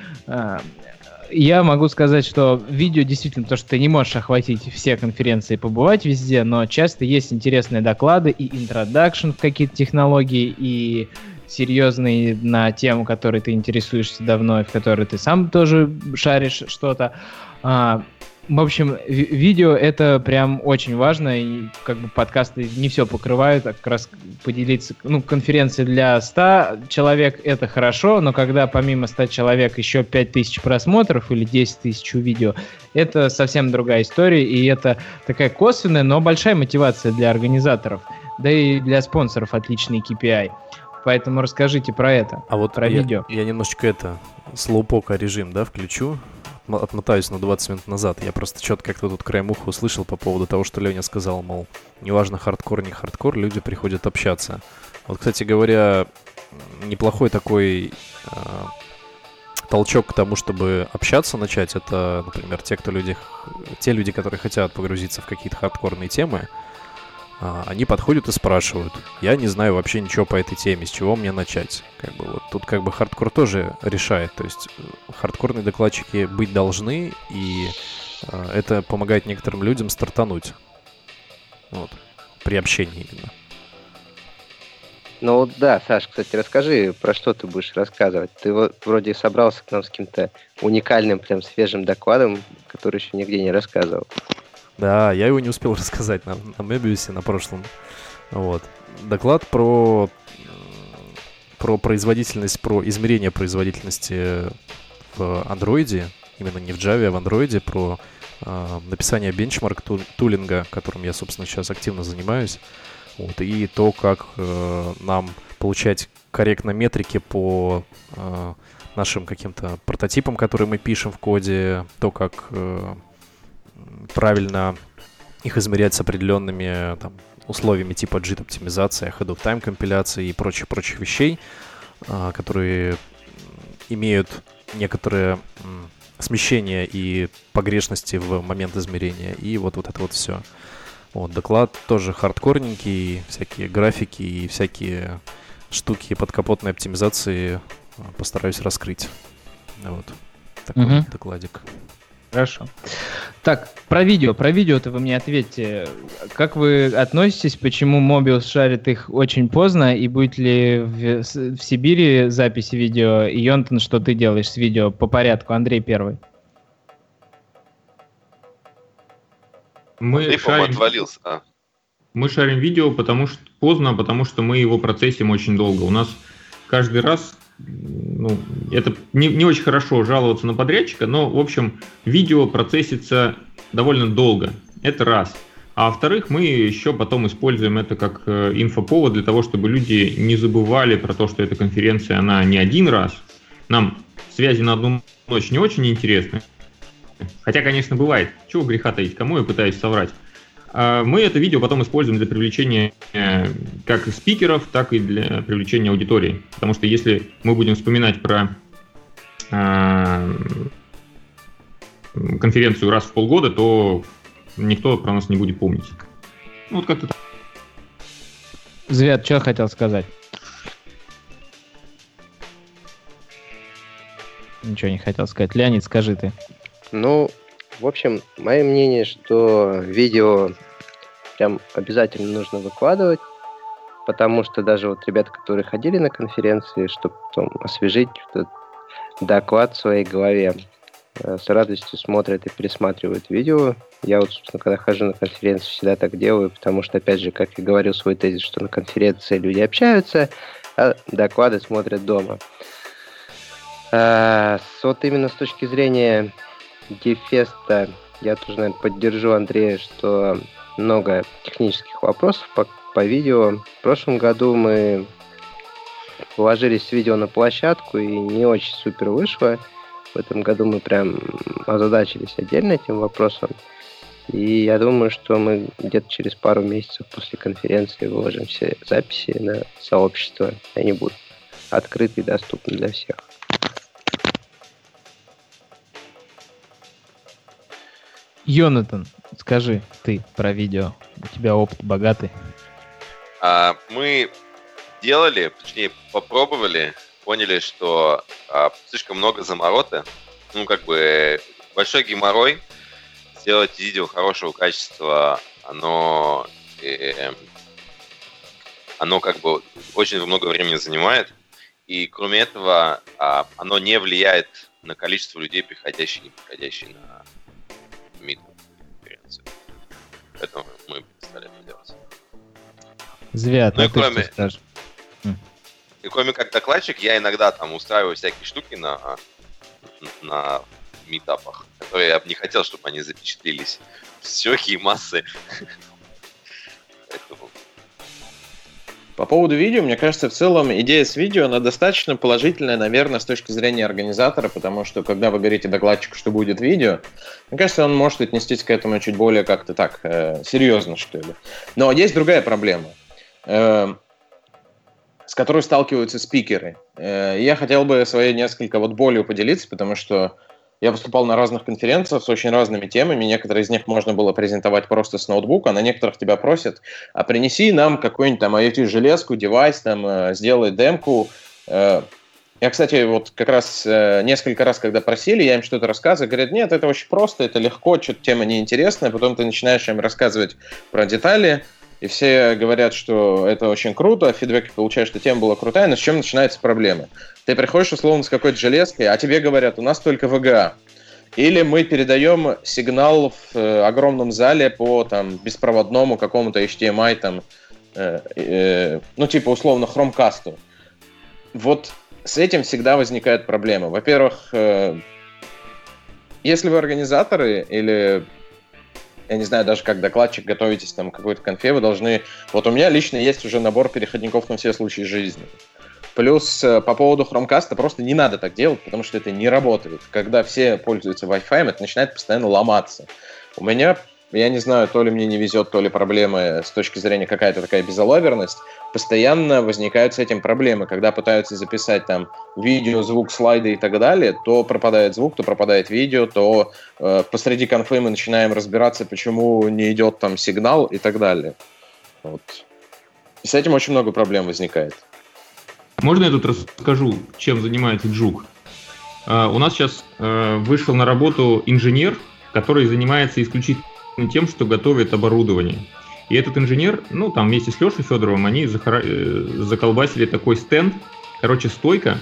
я могу сказать, что видео действительно, то, что ты не можешь охватить все конференции и побывать везде, но часто есть интересные доклады и интродакшн в какие-то технологии, и серьезные на тему, которой ты интересуешься давно, и в которой ты сам тоже шаришь что-то. В общем, видео это прям очень важно, и как бы подкасты не все покрывают, а как раз поделиться, конференции для 100 человек это хорошо, но когда помимо 100 человек еще 5000 просмотров или 10 тысяч видео, это совсем другая история, и это такая косвенная, но большая мотивация для организаторов, да и для спонсоров отличный KPI. Поэтому расскажите про это, а вот про видео. Я немножечко слоупока режим, включу. Отмотаюсь на 20 минут назад. Я просто что-то как-то тут краем уха услышал по поводу того, что Леня сказал, мол, неважно хардкор, не хардкор, люди приходят общаться. Вот, кстати говоря, неплохой такой толчок к тому, чтобы общаться начать, это, например, те люди, которые хотят погрузиться в какие-то хардкорные темы, они подходят и спрашивают: я не знаю вообще ничего по этой теме, с чего мне начать? Вот тут хардкор тоже решает. То есть хардкорные докладчики быть должны, и это помогает некоторым людям стартануть. Вот. При общении именно. Ну да, Саш, кстати, расскажи, про что ты будешь рассказывать. Ты вроде собрался к нам с каким-то уникальным, прям свежим докладом, который еще нигде не рассказывал. Да, я его не успел рассказать на Мебиусе на прошлом. Вот. Доклад про производительность, про измерение производительности в Android, именно не в Java, а в Android, про написание бенчмарк-тулинга, которым я, собственно, сейчас активно занимаюсь. Вот, и то, как нам получать корректно метрики по нашим каким-то прототипам, которые мы пишем в коде, то, как правильно их измерять с определенными условиями типа JIT-оптимизации, ahead of time компиляции и прочих вещей, которые имеют некоторые смещения и погрешности в момент измерения. И вот это вот все. Вот, доклад тоже хардкорненький, всякие графики и всякие штуки подкапотной оптимизации постараюсь раскрыть. Вот такой докладик. Хорошо. Так, про видео-то вы мне ответьте. Как вы относитесь, почему Mobius шарит их очень поздно, и будет ли в Сибири записи видео? И, Йонтон, что ты делаешь с видео? По порядку, Андрей первый. Мы шарим видео потому что мы его процессим очень долго. У нас каждый раз, это не очень хорошо жаловаться на подрядчика, но, в общем, видео процессится довольно долго. Это раз. А во-вторых, мы еще потом используем это как инфоповод для того, чтобы люди не забывали про то, что эта конференция, она не один раз. Нам связи на одну ночь не очень интересны. Хотя, конечно, бывает. Чего греха таить, кому я пытаюсь соврать. Мы это видео потом используем для привлечения как спикеров, так и для привлечения аудитории. Потому что если мы будем вспоминать про конференцию раз в полгода, то никто про нас не будет помнить. Вот как-то так. Звят, что хотел сказать? Ничего не хотел сказать. Леонид, скажи ты. В общем, мое мнение, что видео прям обязательно нужно выкладывать, потому что даже вот ребята, которые ходили на конференции, чтобы потом освежить этот доклад в своей голове, с радостью смотрят и пересматривают видео. Я вот, собственно, когда хожу на конференции, всегда так делаю, потому что, опять же, как я говорил свой тезис, что на конференции люди общаются, а доклады смотрят дома. Вот именно с точки зрения Дефеста я тоже, наверное, поддержу Андрея, что много технических вопросов по видео. В прошлом году мы вложились с видео на площадку, и не очень супер вышло. В этом году мы прям озадачились отдельно этим вопросом. И я думаю, что мы где-то через пару месяцев после конференции выложим все записи на сообщество. Они будут открыты и доступны для всех. Йонатан, скажи ты про видео. У тебя опыт богатый. Мы делали, точнее попробовали, поняли, что слишком много заморота. Ну, как бы большой геморрой. Сделать видео хорошего качества, оно как бы очень много времени занимает. И кроме этого, оно не влияет на количество людей, приходящих и не приходящих на мид-конференцию. Поэтому мы перестали это делать. Звят, ну и кроме, что скажешь? И кроме как докладчик, я иногда там устраиваю всякие штуки на митапах, которые я бы не хотел, чтобы они запечатлелись в щеки и массы. По поводу видео, мне кажется, в целом идея с видео, она достаточно положительная, наверное, с точки зрения организатора, потому что, когда вы говорите докладчику, что будет видео, мне кажется, он может отнестись к этому чуть более как-то так, серьезно, что ли. Но есть другая проблема, с которой сталкиваются спикеры. Я хотел бы своей несколько болью поделиться, потому что я выступал на разных конференциях с очень разными темами. Некоторые из них можно было презентовать просто с ноутбука, а на некоторых тебя просят, а принеси нам какую-нибудь там IoT-железку, девайс, там, сделай демку. Я, кстати, вот как раз несколько раз, когда просили, я им что-то рассказываю, говорят, нет, это очень просто, это легко, что-то тема неинтересная, потом ты начинаешь им рассказывать про детали, и все говорят, что это очень круто, фидбэк получаешь, что тема была крутая, но с чем начинается проблема? Ты приходишь условно с какой-то железкой, а тебе говорят, у нас только VGA. Или мы передаем сигнал в огромном зале по там, беспроводному какому-то HDMI, там, ну типа условно Chromecast. Вот с этим всегда возникают проблемы. Во-первых, если вы организаторы или... Я не знаю, даже как докладчик готовитесь там к какой-то конфе, вы должны... Вот у меня лично есть уже набор переходников на все случаи жизни. Плюс по поводу Chromecast просто не надо так делать, потому что это не работает. Когда все пользуются Wi-Fi, это начинает постоянно ломаться. У меня, я не знаю, то ли мне не везет, то ли проблемы с точки зрения какая-то такая безалаберность, постоянно возникают с этим проблемы. Когда пытаются записать там видео, звук, слайды и так далее, то пропадает звук, то пропадает видео, то посреди конфы мы начинаем разбираться, почему не идет там сигнал и так далее. Вот. И с этим очень много проблем возникает. Можно я тут расскажу, чем занимается Juke? У нас сейчас вышел на работу инженер, который занимается исключительно тем, что готовит оборудование. И этот инженер, ну, там вместе с Лешей Федоровым, они заколбасили такой стенд, короче, стойка,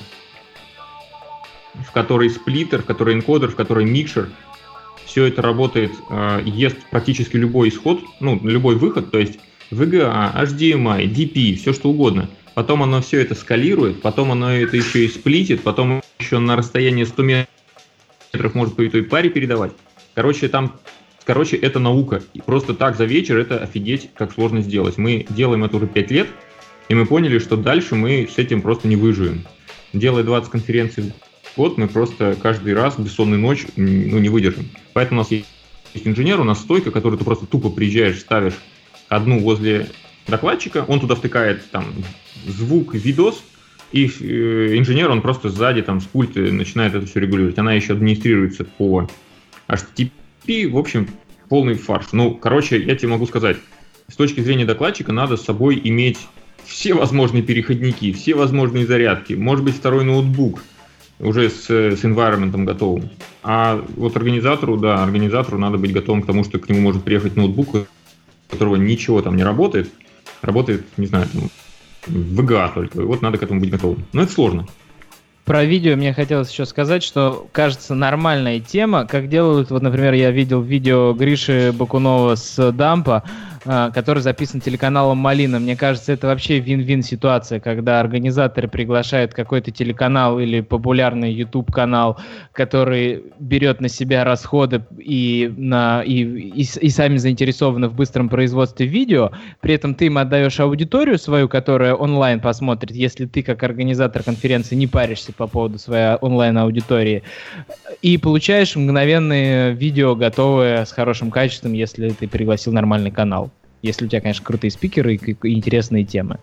в которой сплиттер, в которой энкодер, в которой микшер. Все это работает, ест практически любой исход, ну, любой выход, то есть VGA, HDMI, DP, все что угодно. Потом оно все это скалирует, потом оно это еще и сплитит, потом еще на расстоянии 100 метров может по витой паре передавать. Короче, это наука. И просто так за вечер это офигеть, как сложно сделать. Мы делаем это уже 5 лет, и мы поняли, что дальше мы с этим просто не выживем. Делая 20 конференций в год, мы просто каждый раз бессонную ночь не выдержим. Поэтому у нас есть инженер, у нас стойка, которую ты просто тупо приезжаешь, ставишь одну возле докладчика, он туда втыкает там звук, видос, и инженер, он просто сзади там с пульта начинает это все регулировать. Она еще администрируется по HTTP, в общем, полный фарш. Ну, короче, я тебе могу сказать, с точки зрения докладчика надо с собой иметь все возможные переходники, все возможные зарядки, может быть, второй ноутбук уже с environment готовым. А вот организатору надо быть готовым к тому, что к нему может приехать ноутбук, у которого ничего там не работает, не знаю, там, VGA только, и вот надо к этому быть готовым. Но это сложно. Про видео мне хотелось еще сказать, что, кажется, нормальная тема, как делают, вот, например, я видел видео Гриши Бакунова с дампа, который записан телеканалом «Малина». Мне кажется, это вообще вин-вин ситуация, когда организаторы приглашают какой-то телеканал или популярный YouTube-канал, который берет на себя расходы и сами заинтересованы в быстром производстве видео, при этом ты им отдаешь аудиторию свою, которая онлайн посмотрит, если ты как организатор конференции не паришься по поводу своей онлайн-аудитории, и получаешь мгновенные видео, готовые, с хорошим качеством, если ты пригласил нормальный канал. Если у тебя, конечно, крутые спикеры и интересные темы.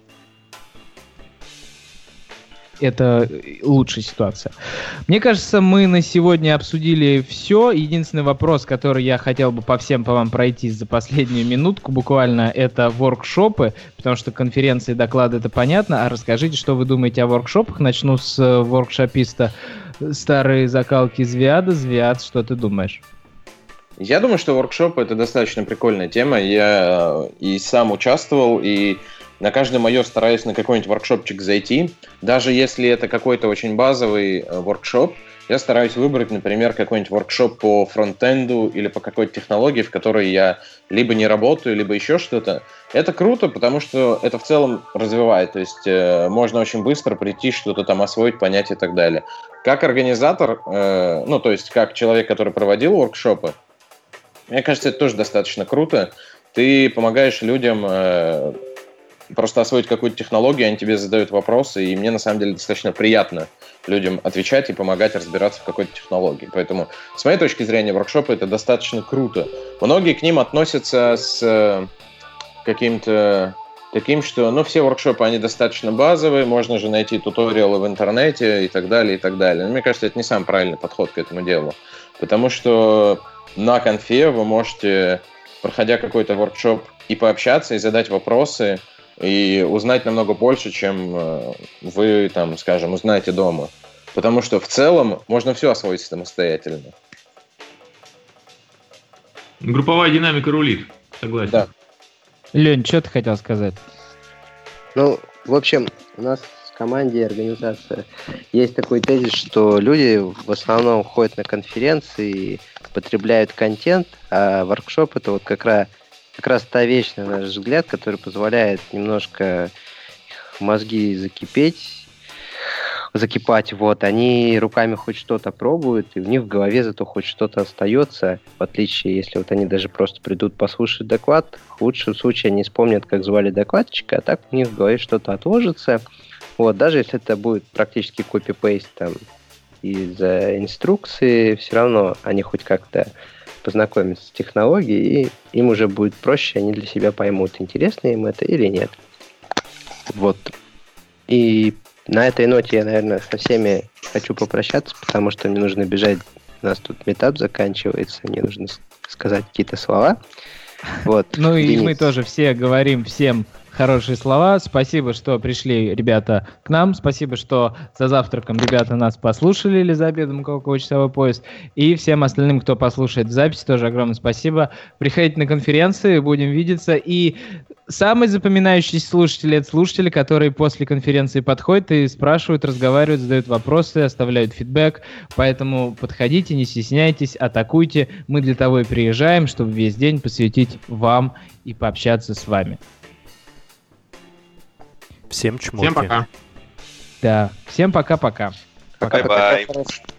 Это лучшая ситуация. Мне кажется, мы на сегодня обсудили все. Единственный вопрос, который я хотел бы по вам пройти за последнюю минутку буквально, это воркшопы, потому что конференции, доклады, это понятно. А расскажите, что вы думаете о воркшопах. Начну с воркшописта старые закалки Звиада. Звиад, что ты думаешь? Я думаю, что воркшопы — это достаточно прикольная тема. Я и сам участвовал, и на каждый майор стараюсь на какой-нибудь воркшопчик зайти. Даже если это какой-то очень базовый воркшоп, я стараюсь выбрать, например, какой-нибудь воркшоп по фронтенду или по какой-то технологии, в которой я либо не работаю, либо еще что-то. Это круто, потому что это в целом развивает. То есть можно очень быстро прийти, что-то там освоить, понять и так далее. Как организатор, то есть как человек, который проводил воркшопы, мне кажется, это тоже достаточно круто. Ты помогаешь людям просто освоить какую-то технологию, они тебе задают вопросы, и мне на самом деле достаточно приятно людям отвечать и помогать разбираться в какой-то технологии. Поэтому, с моей точки зрения, воркшопы — это достаточно круто. Многие к ним относятся с каким-то таким, что, все воркшопы, они достаточно базовые, можно же найти туториалы в интернете и так далее, и так далее. Но мне кажется, это не самый правильный подход к этому делу. Потому что на конфе вы можете, проходя какой-то воркшоп, и пообщаться, и задать вопросы, и узнать намного больше, чем вы, скажем, узнаете дома. Потому что в целом можно все освоить самостоятельно. Групповая динамика рулит, согласен. Да. Лень, что ты хотел сказать? В общем, у нас в команде организация есть такой тезис, что люди в основном ходят на конференции, потребляют контент, а воркшоп — это вот как раз та вещь, на наш взгляд, которая позволяет немножко их мозги закипать. Они руками хоть что-то пробуют, и у них в голове зато хоть что-то остается, в отличие, если они даже просто придут послушать доклад, в лучшем случае они вспомнят, как звали докладчика, а так у них в голове что-то отложится. Даже если это будет практически копи-пейст из инструкции, все равно они хоть как-то познакомиться с технологией, и им уже будет проще, они для себя поймут, интересно им это или нет. И на этой ноте я, наверное, со всеми хочу попрощаться, потому что мне нужно бежать, у нас тут митап заканчивается, мне нужно сказать какие-то слова. И мы тоже все говорим всем хорошие слова. Спасибо, что пришли, ребята, к нам. Спасибо, что за завтраком ребята нас послушали или за обедом, у кого часовой поезд. И всем остальным, кто послушает в записи, тоже огромное спасибо. Приходите на конференции, будем видеться. И самый запоминающийся слушатель — это слушатели, которые после конференции подходят и спрашивают, разговаривают, задают вопросы, оставляют фидбэк. Поэтому подходите, не стесняйтесь, атакуйте. Мы для того и приезжаем, чтобы весь день посвятить вам и пообщаться с вами. Всем чмоки. Всем пока. Да, всем пока-пока. Бай-бай.